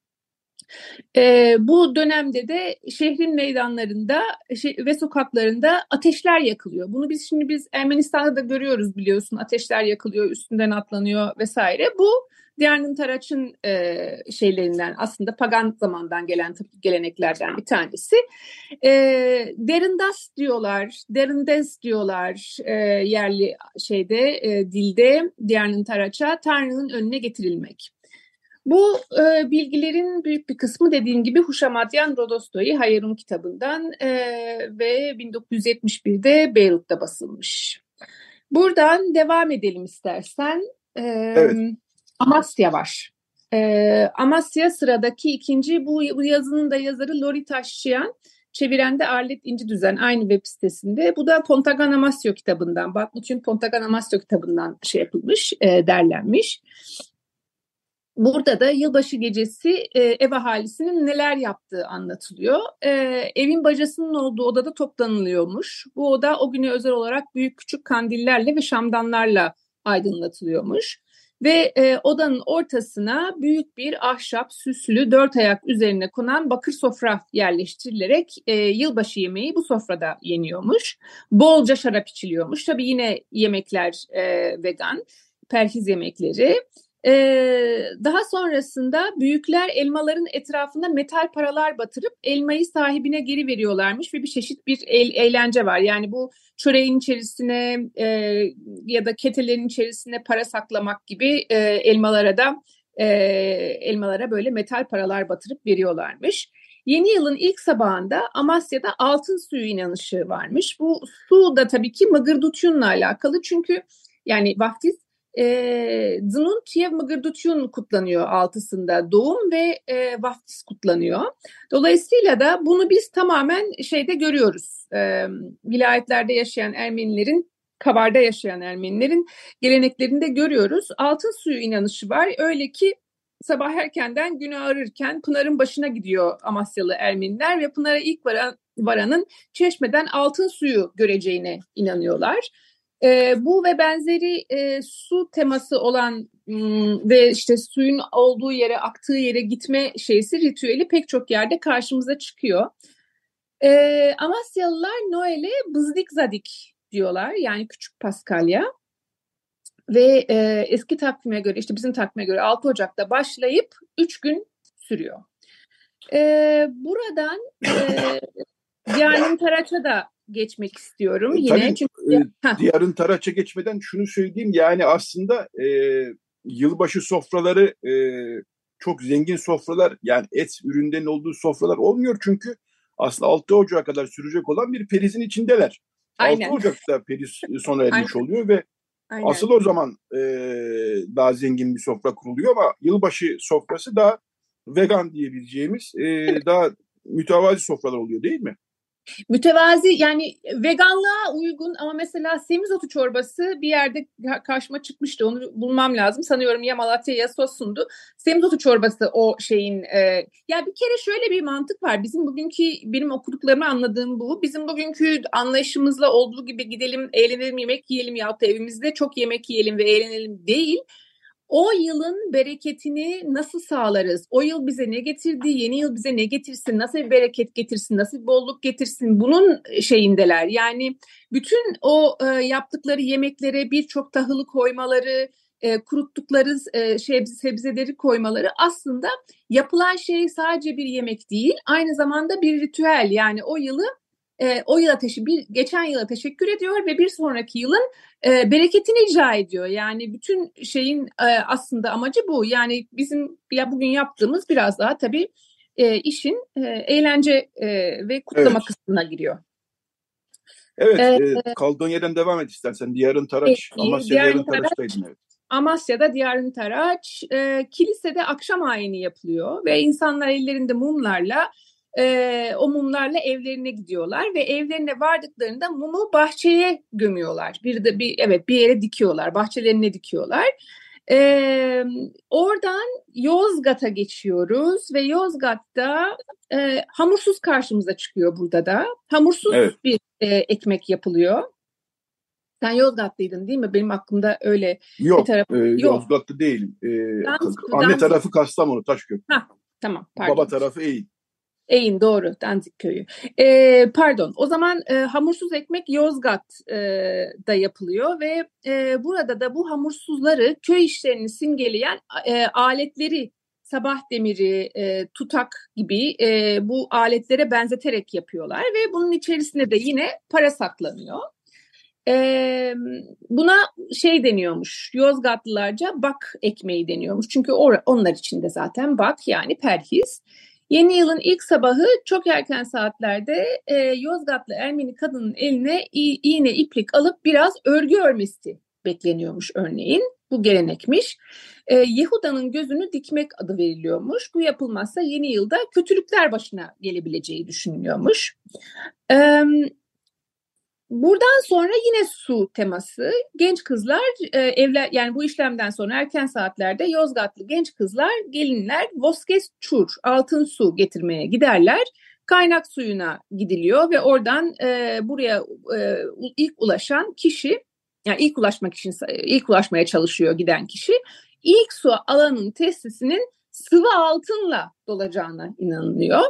S5: E, bu dönemde de şehrin meydanlarında şey, ve sokaklarında ateşler yakılıyor. Bunu biz şimdi biz Ermenistan'da da görüyoruz, biliyorsun, ateşler yakılıyor, üstünden atlanıyor vesaire. Bu Diyarnıntaraç'ın e, şeylerinden, aslında pagan zamandan gelen geleneklerden bir tanesi. E, Derindas diyorlar, Derindes diyorlar e, yerli şeyde e, dilde Diyarnıntaraç'a, Tanrı'nın önüne getirilmek. Bu e, bilgilerin büyük bir kısmı dediğim gibi Huşamadyan Rodostoy Hayarun kitabından e, ve bin dokuz yüz yetmiş birde Beyrut'ta basılmış. Buradan devam edelim istersen. E,
S2: Evet.
S5: Amasya var. E, Amasya sıradaki ikinci, bu, bu yazının da yazarı Lori Taşçıyan, çeviren de Arlet İnci Düzen, aynı web sitesinde. Bu da Pontagan Amasya kitabından, Batmut'un Pontagan Amasya kitabından şey yapılmış, e, derlenmiş. Burada da yılbaşı gecesi e, ev ahalisinin neler yaptığı anlatılıyor. E, evin bacasının olduğu odada toplanılıyormuş. Bu oda o güne özel olarak büyük küçük kandillerle ve şamdanlarla aydınlatılıyormuş. Ve e, odanın ortasına büyük bir ahşap süslü dört ayak üzerine konan bakır sofra yerleştirilerek e, yılbaşı yemeği bu sofrada yeniyormuş. Bolca şarap içiliyormuş. Tabii yine yemekler e, vegan, perhiz yemekleri. Ee, daha sonrasında büyükler elmaların etrafına metal paralar batırıp elmayı sahibine geri veriyorlarmış ve bir çeşit bir el, eğlence var. Yani bu çöreğin içerisine e, ya da ketelerin içerisine para saklamak gibi e, elmalara da e, elmalara böyle metal paralar batırıp veriyorlarmış. Yeni yılın ilk sabahında Amasya'da altın suyu inanışı varmış. Bu su da tabii ki Mıgırdutyun'la alakalı, çünkü yani vaftiz E, Zınuntyev Mıgırdutyun kutlanıyor altısında, doğum ve e, vaftiz kutlanıyor. Dolayısıyla da bunu biz tamamen şeyde görüyoruz. E, vilayetlerde yaşayan Ermenilerin, Kabar'da yaşayan Ermenilerin geleneklerinde görüyoruz. Altın suyu inanışı var. Öyle ki sabah erkenden günü ağrırken Pınar'ın başına gidiyor Amasyalı Ermeniler ve Pınar'a ilk varan, varanın çeşmeden altın suyu göreceğine inanıyorlar. E, bu ve benzeri e, su teması olan m, ve işte suyun olduğu yere, aktığı yere gitme şeysi, ritüeli pek çok yerde karşımıza çıkıyor. E, Amasyalılar Noel'e Bızdik Zadik diyorlar, yani Küçük Paskalya. Ve e, eski takvime göre, işte bizim takvime göre altı Ocak'ta başlayıp üç gün sürüyor. E, buradan e, Diyarın Taraç'a da geçmek istiyorum
S2: E,
S5: yine.
S2: tabii
S5: Çünkü
S2: e, Diyarın Taraç'a geçmeden şunu söyleyeyim. Yani aslında e, yılbaşı sofraları e, çok zengin sofralar, yani et ürünlerinin olduğu sofralar olmuyor. Çünkü aslında altı Ocak'a kadar sürecek olan bir perizin içindeler. altı
S5: aynen,
S2: Ocak'ta periz sona ermiş
S5: aynen,
S2: oluyor ve asıl
S5: aynen.
S2: o zaman e, daha zengin bir sofra kuruluyor, ama yılbaşı sofrası daha vegan diyebileceğimiz e, daha mütevazi sofralar oluyor, değil mi?
S5: Mütevazi, yani veganlığa uygun ama mesela semizotu çorbası bir yerde karşıma çıkmıştı. Onu bulmam lazım. Sanıyorum ya Malatya ya Sosun'du. Semizotu çorbası o şeyin. E, ya bir kere şöyle bir mantık var. Bizim bugünkü, benim okuduklarımı anladığım bu. Bizim bugünkü anlayışımızla olduğu gibi gidelim, eğlenelim, yemek yiyelim yahut da evimizde çok yemek yiyelim ve eğlenelim değil. O yılın bereketini nasıl sağlarız? O yıl bize ne getirdi? Yeni yıl bize ne getirsin? Nasıl bir bereket getirsin? Nasıl bir bolluk getirsin? Bunun şeyindeler. Yani bütün o e, yaptıkları yemeklere birçok tahılı koymaları, e, kuruttukları e, şey, sebzeleri koymaları aslında yapılan şey sadece bir yemek değil, aynı zamanda bir ritüel. Yani o yılı e, o yıla teşekkür, bir geçen yıla teşekkür ediyor ve bir sonraki yılın e, bereketini icra ediyor. Yani bütün şeyin e, aslında amacı bu. Yani bizim ya bugün yaptığımız biraz daha tabii e, işin e, eğlence e, ve kutlama
S2: Evet.
S5: kısmına giriyor.
S2: Evet,
S5: E,
S2: e, kaldığın yerden devam et istersen. Diyarın Taraç,
S5: peki,
S2: Amasya
S5: Diyarın
S2: Diyarın
S5: Taraç,
S2: Taraç'taydın, evet.
S5: Amasya'da Diyarın Taraç, e, kilisede akşam ayini yapılıyor ve insanlar ellerinde mumlarla e, o mumlarla evlerine gidiyorlar ve evlerine vardıklarında mumu bahçeye gömüyorlar. Bir de bir evet bir yere dikiyorlar, bahçelerine dikiyorlar. E, oradan Yozgat'a geçiyoruz ve Yozgat'ta e, hamursuz karşımıza çıkıyor burada da. Hamursuz
S2: Evet.
S5: bir e, ekmek yapılıyor. Sen Yozgatlıydın değil mi? Benim aklımda öyle bir
S2: Yok,
S5: tarafı
S2: e,
S5: yok.
S2: Yozgatlı değilim. E,
S5: Danzig,
S2: anne
S5: Danzig.
S2: tarafı Kastamonu, Taşköprü.
S5: Ha, tamam,
S2: Baba
S5: pardon.
S2: tarafı Eğil.
S5: Eğin, doğru, Danzig köyü. Ee, pardon, o zaman e, hamursuz ekmek Yozgat'da yapılıyor ve e, burada da bu hamursuzları, köy işlerini simgeleyen e, aletleri, sabah demiri, e, tutak gibi e, bu aletlere benzeterek yapıyorlar ve bunun içerisinde de yine para saklanıyor. Ee, buna şey deniyormuş, Yozgatlılarca bak ekmeği deniyormuş. Çünkü or- onlar için de zaten bak, yani perhiz. Yeni yılın ilk sabahı çok erken saatlerde e, Yozgatlı Ermeni kadının eline i- iğne iplik alıp biraz örgü örmesi bekleniyormuş örneğin. Bu gelenekmiş. E, Yehuda'nın gözünü dikmek adı veriliyormuş. Bu yapılmazsa yeni yılda kötülükler başına gelebileceği düşünülüyormuş. Evet. Buradan sonra yine su teması. Genç kızlar e, evler, yani bu işlemden sonra erken saatlerde Yozgatlı genç kızlar, gelinler voskes çur, altın su getirmeye giderler. Kaynak suyuna gidiliyor ve oradan e, buraya e, ilk ulaşan kişi, yani ilk ulaşmak için ilk ulaşmaya çalışıyor giden kişi, ilk su alanın testisinin sıvı altınla dolacağına inanılıyor.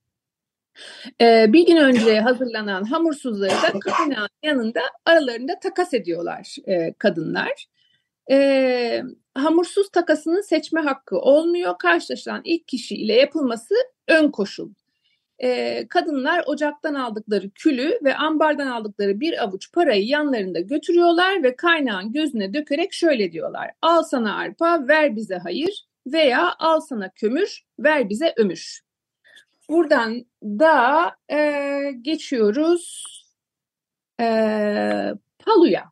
S5: Ee, bir gün önce hazırlanan hamursuzları da kaynağın yanında aralarında takas ediyorlar e, kadınlar. E, hamursuz takasının seçme hakkı olmuyor. Karşılaşılan ilk kişi ile yapılması ön koşul. E, kadınlar ocaktan aldıkları külü ve ambardan aldıkları bir avuç parayı yanlarında götürüyorlar ve kaynağın gözüne dökerek şöyle diyorlar: al sana arpa, ver bize hayır, veya al sana kömür, ver bize ömür. Buradan da e, geçiyoruz e, Palu'ya.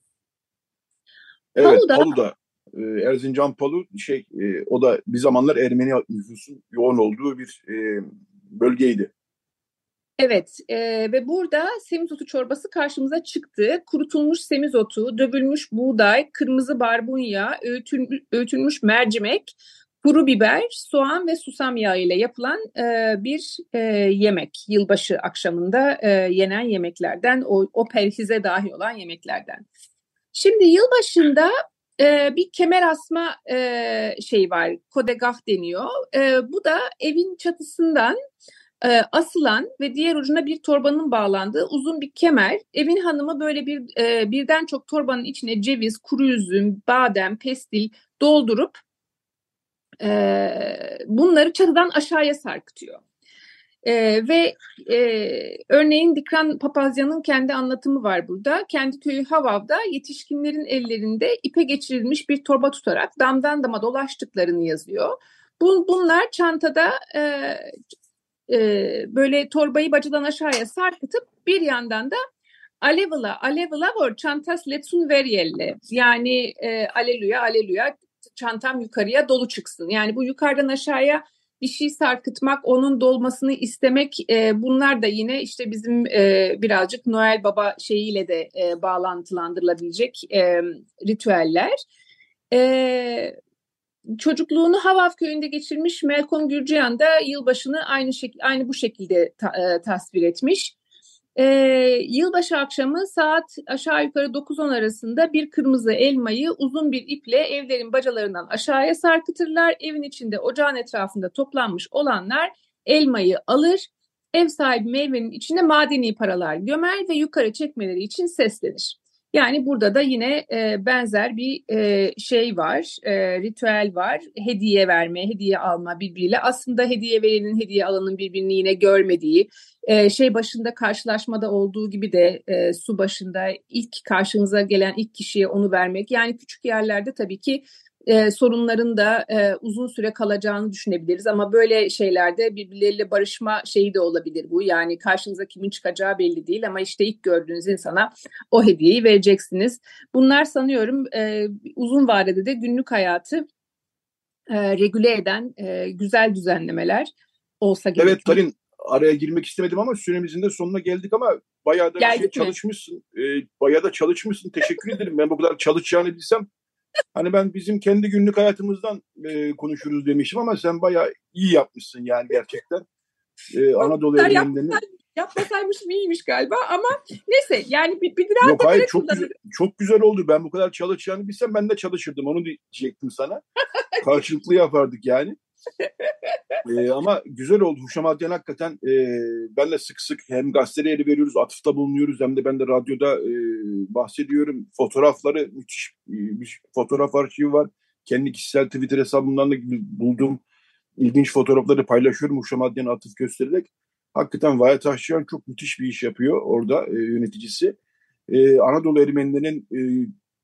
S2: Evet,
S5: Palu'da,
S2: Palu'da. E, Erzincan Palu, şey, e, o da bir zamanlar Ermeni nüfusun yoğun olduğu bir e, bölgeydi.
S5: evet, e, ve burada semizotu çorbası karşımıza çıktı. Kurutulmuş semizotu, dövülmüş buğday, kırmızı barbunya, öğütülmüş, öğütülmüş mercimek, kuru biber, soğan ve susam yağı ile yapılan e, bir e, yemek. Yılbaşı akşamında e, yenen yemeklerden, o, o perhize dahi olan yemeklerden. Şimdi yılbaşında e, bir kemer asma e, şey var, kodegah deniyor. E, bu da evin çatısından e, asılan ve diğer ucuna bir torbanın bağlandığı uzun bir kemer. Evin hanımı böyle bir e, birden çok torbanın içine ceviz, kuru üzüm, badem, pestil doldurup e, bunları çatıdan aşağıya sarkıtıyor. E, ve e, örneğin Dikran Papazyan'ın kendi anlatımı var burada. Kendi köyü Havav'da yetişkinlerin ellerinde ipe geçirilmiş bir torba tutarak damdan dama dolaştıklarını yazıyor. Bu, bunlar çantada e, e, böyle torbayı bacadan aşağıya sarkıtıp bir yandan da alevla, alevla var çantas letsun veriyelle. Yani e, aleluya, aleluya çantam yukarıya dolu çıksın. Yani bu yukarıdan aşağıya bir şey sarkıtmak, onun dolmasını istemek, e, bunlar da yine işte bizim e, birazcık Noel Baba şeyiyle de e, bağlantılandırılabilecek e, ritüeller. E, çocukluğunu Havav köyünde geçirmiş Melkom Gürcihan da yılbaşını aynı şekilde aynı bu şekilde ta, e, tasvir etmiş. Ee, yılbaşı akşamı saat aşağı yukarı dokuz on arasında bir kırmızı elmayı uzun bir iple evlerin bacalarından aşağıya sarkıtırlar. Evin içinde ocağın etrafında toplanmış olanlar elmayı alır. Ev sahibi meyvenin içine madeni paralar gömer ve yukarı çekmeleri için seslenir. Yani burada da yine e, benzer bir e, şey var, e, ritüel var. Hediye verme, hediye alma birbiriyle. Aslında hediye verenin, hediye alanın birbirini yine görmediği, e, şey başında karşılaşmada olduğu gibi de e, su başında ilk karşınıza gelen ilk kişiye onu vermek. Yani küçük yerlerde tabii ki e, sorunların da e, uzun süre kalacağını düşünebiliriz. Ama böyle şeylerde birbirleriyle barışma şeyi de olabilir bu. Yani karşınıza kimin çıkacağı belli değil ama işte ilk gördüğünüz insana o hediyeyi vereceksiniz. Bunlar sanıyorum e, uzun vadede de günlük hayatı e, regüle eden e, güzel düzenlemeler olsa gerek.
S2: Evet Talin, araya girmek istemedim ama süremizin de sonuna geldik ama bayağı da
S5: Geldik
S2: şey
S5: mi?
S2: çalışmışsın. E, bayağı da çalışmışsın. Teşekkür ederim. Ben bu kadar çalışacağını bilsem hani ben bizim kendi günlük hayatımızdan e, konuşuruz demiştim ama sen bayağı iyi yapmışsın yani gerçekten. E, Anadolu Egemenleri.
S5: Yapmasaymışım iyiymiş galiba ama neyse yani bir, bir biraz
S2: Yok
S5: da
S2: hayır
S5: böyle
S2: çok güzel, çok güzel oldu. Ben bu kadar çalışacağını bilsem ben de çalışırdım. Onu diyecektim sana. Karşılıklı yapardık yani. Ee, ama güzel oldu. Huşam Adyan hakikaten e, ben de sık sık hem gazetede yeri veriyoruz, atıfta bulunuyoruz hem de ben de radyoda e, bahsediyorum. Fotoğrafları müthiş e, bir fotoğraf arşivi var. Kendi kişisel Twitter hesabımdan da bulduğum ilginç fotoğrafları paylaşıyorum Huşam Adyan'a atıf göstererek. Hakikaten Vahit Taşçıyan çok müthiş bir iş yapıyor orada e, yöneticisi. E, Anadolu Ermenilerinin e,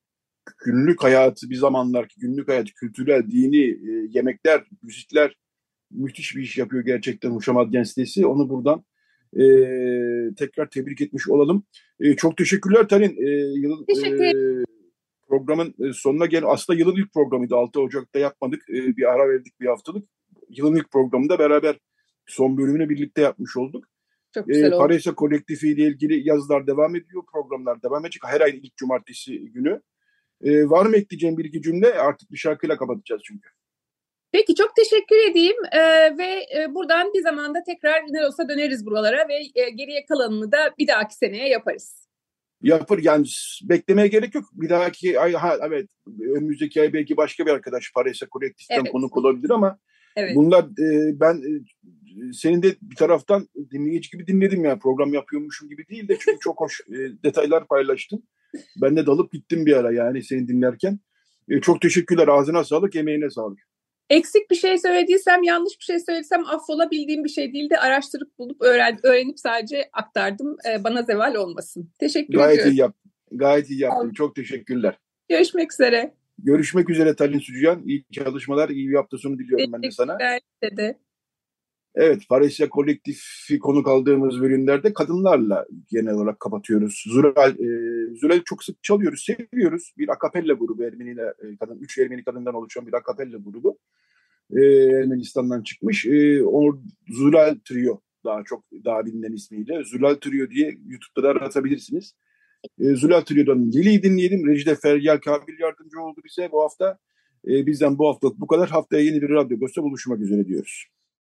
S2: günlük hayatı bir zamanlarki günlük hayatı, kültürel, dini, e, yemekler, müzikler müthiş bir iş yapıyor gerçekten Huşam Adyan sitesi. Onu buradan e, tekrar tebrik etmiş olalım. E, çok teşekkürler Talin. E, yılın,
S5: Teşekkür
S2: e, programın sonuna gel. Aslında yılın ilk programıydı. altı Ocak'ta yapmadık. E, bir ara verdik bir haftalık. Yılın ilk programında beraber son bölümünü birlikte yapmış olduk.
S5: çok güzel
S2: E,
S5: oldu.
S2: Paraysa kolektifi ile ilgili yazılar devam ediyor. Programlar devam edecek. Her ayın ilk cumartesi günü. E, var mı ekleyeceğim bir iki cümle? Artık bir şarkıyla kapatacağız çünkü.
S5: Peki çok teşekkür edeyim ee, ve e, buradan bir zamanda tekrar ne olsa döneriz buralara ve e, geriye kalanını da bir dahaki seneye yaparız.
S2: Yapır yani beklemeye gerek yok. Bir dahaki ay ha, evet önümüzdeki ay belki başka bir arkadaş Paraysa Kolektif'ten
S5: Evet.
S2: konuk olabilir ama
S5: Evet.
S2: bunlar e, ben e, senin de bir taraftan dinleyici gibi dinledim ya program yapıyormuşum gibi değil de çünkü çok hoş e, detaylar paylaştın. Ben de dalıp gittim bir ara yani seni dinlerken. E, çok teşekkürler. Ağzına sağlık, emeğine sağlık.
S5: Eksik bir şey söylediysem, yanlış bir şey söylediysem affola, bildiğim bir şey değil de araştırıp bulup öğren, öğrenip sadece aktardım. Ee, bana zeval olmasın. Teşekkür
S2: Gayet
S5: ediyorum.
S2: iyi yaptın. Gayet iyi yaptın. Çok teşekkürler.
S5: Görüşmek üzere.
S2: Görüşmek üzere Talin Sücüyan. İyi çalışmalar, iyi bir hafta sonu diliyorum ben de sana.
S5: Teşekkürler de.
S2: Evet, Paraysa Kolektifi konuk aldığımız bölümlerde kadınlarla genel olarak kapatıyoruz. Zural, e, Zural'i çok sık çalıyoruz, seviyoruz. Bir akapella grubu, Ermeniyle e, kadın, üç Ermeni kadından oluşan bir akapella grubu. E, Ermenistan'dan çıkmış. E, o Zural Trio daha çok daha bilinen ismiyle. Zural Trio diye YouTube'da da aratabilirsiniz. E, Zural Trio'dan Lili'yi dinleyelim. Rejide Feryal Kabil yardımcı oldu bize bu hafta. E, bizden bu haftalık bu kadar. Haftaya yeni bir Radyo Agos'ta buluşmak üzere diyoruz.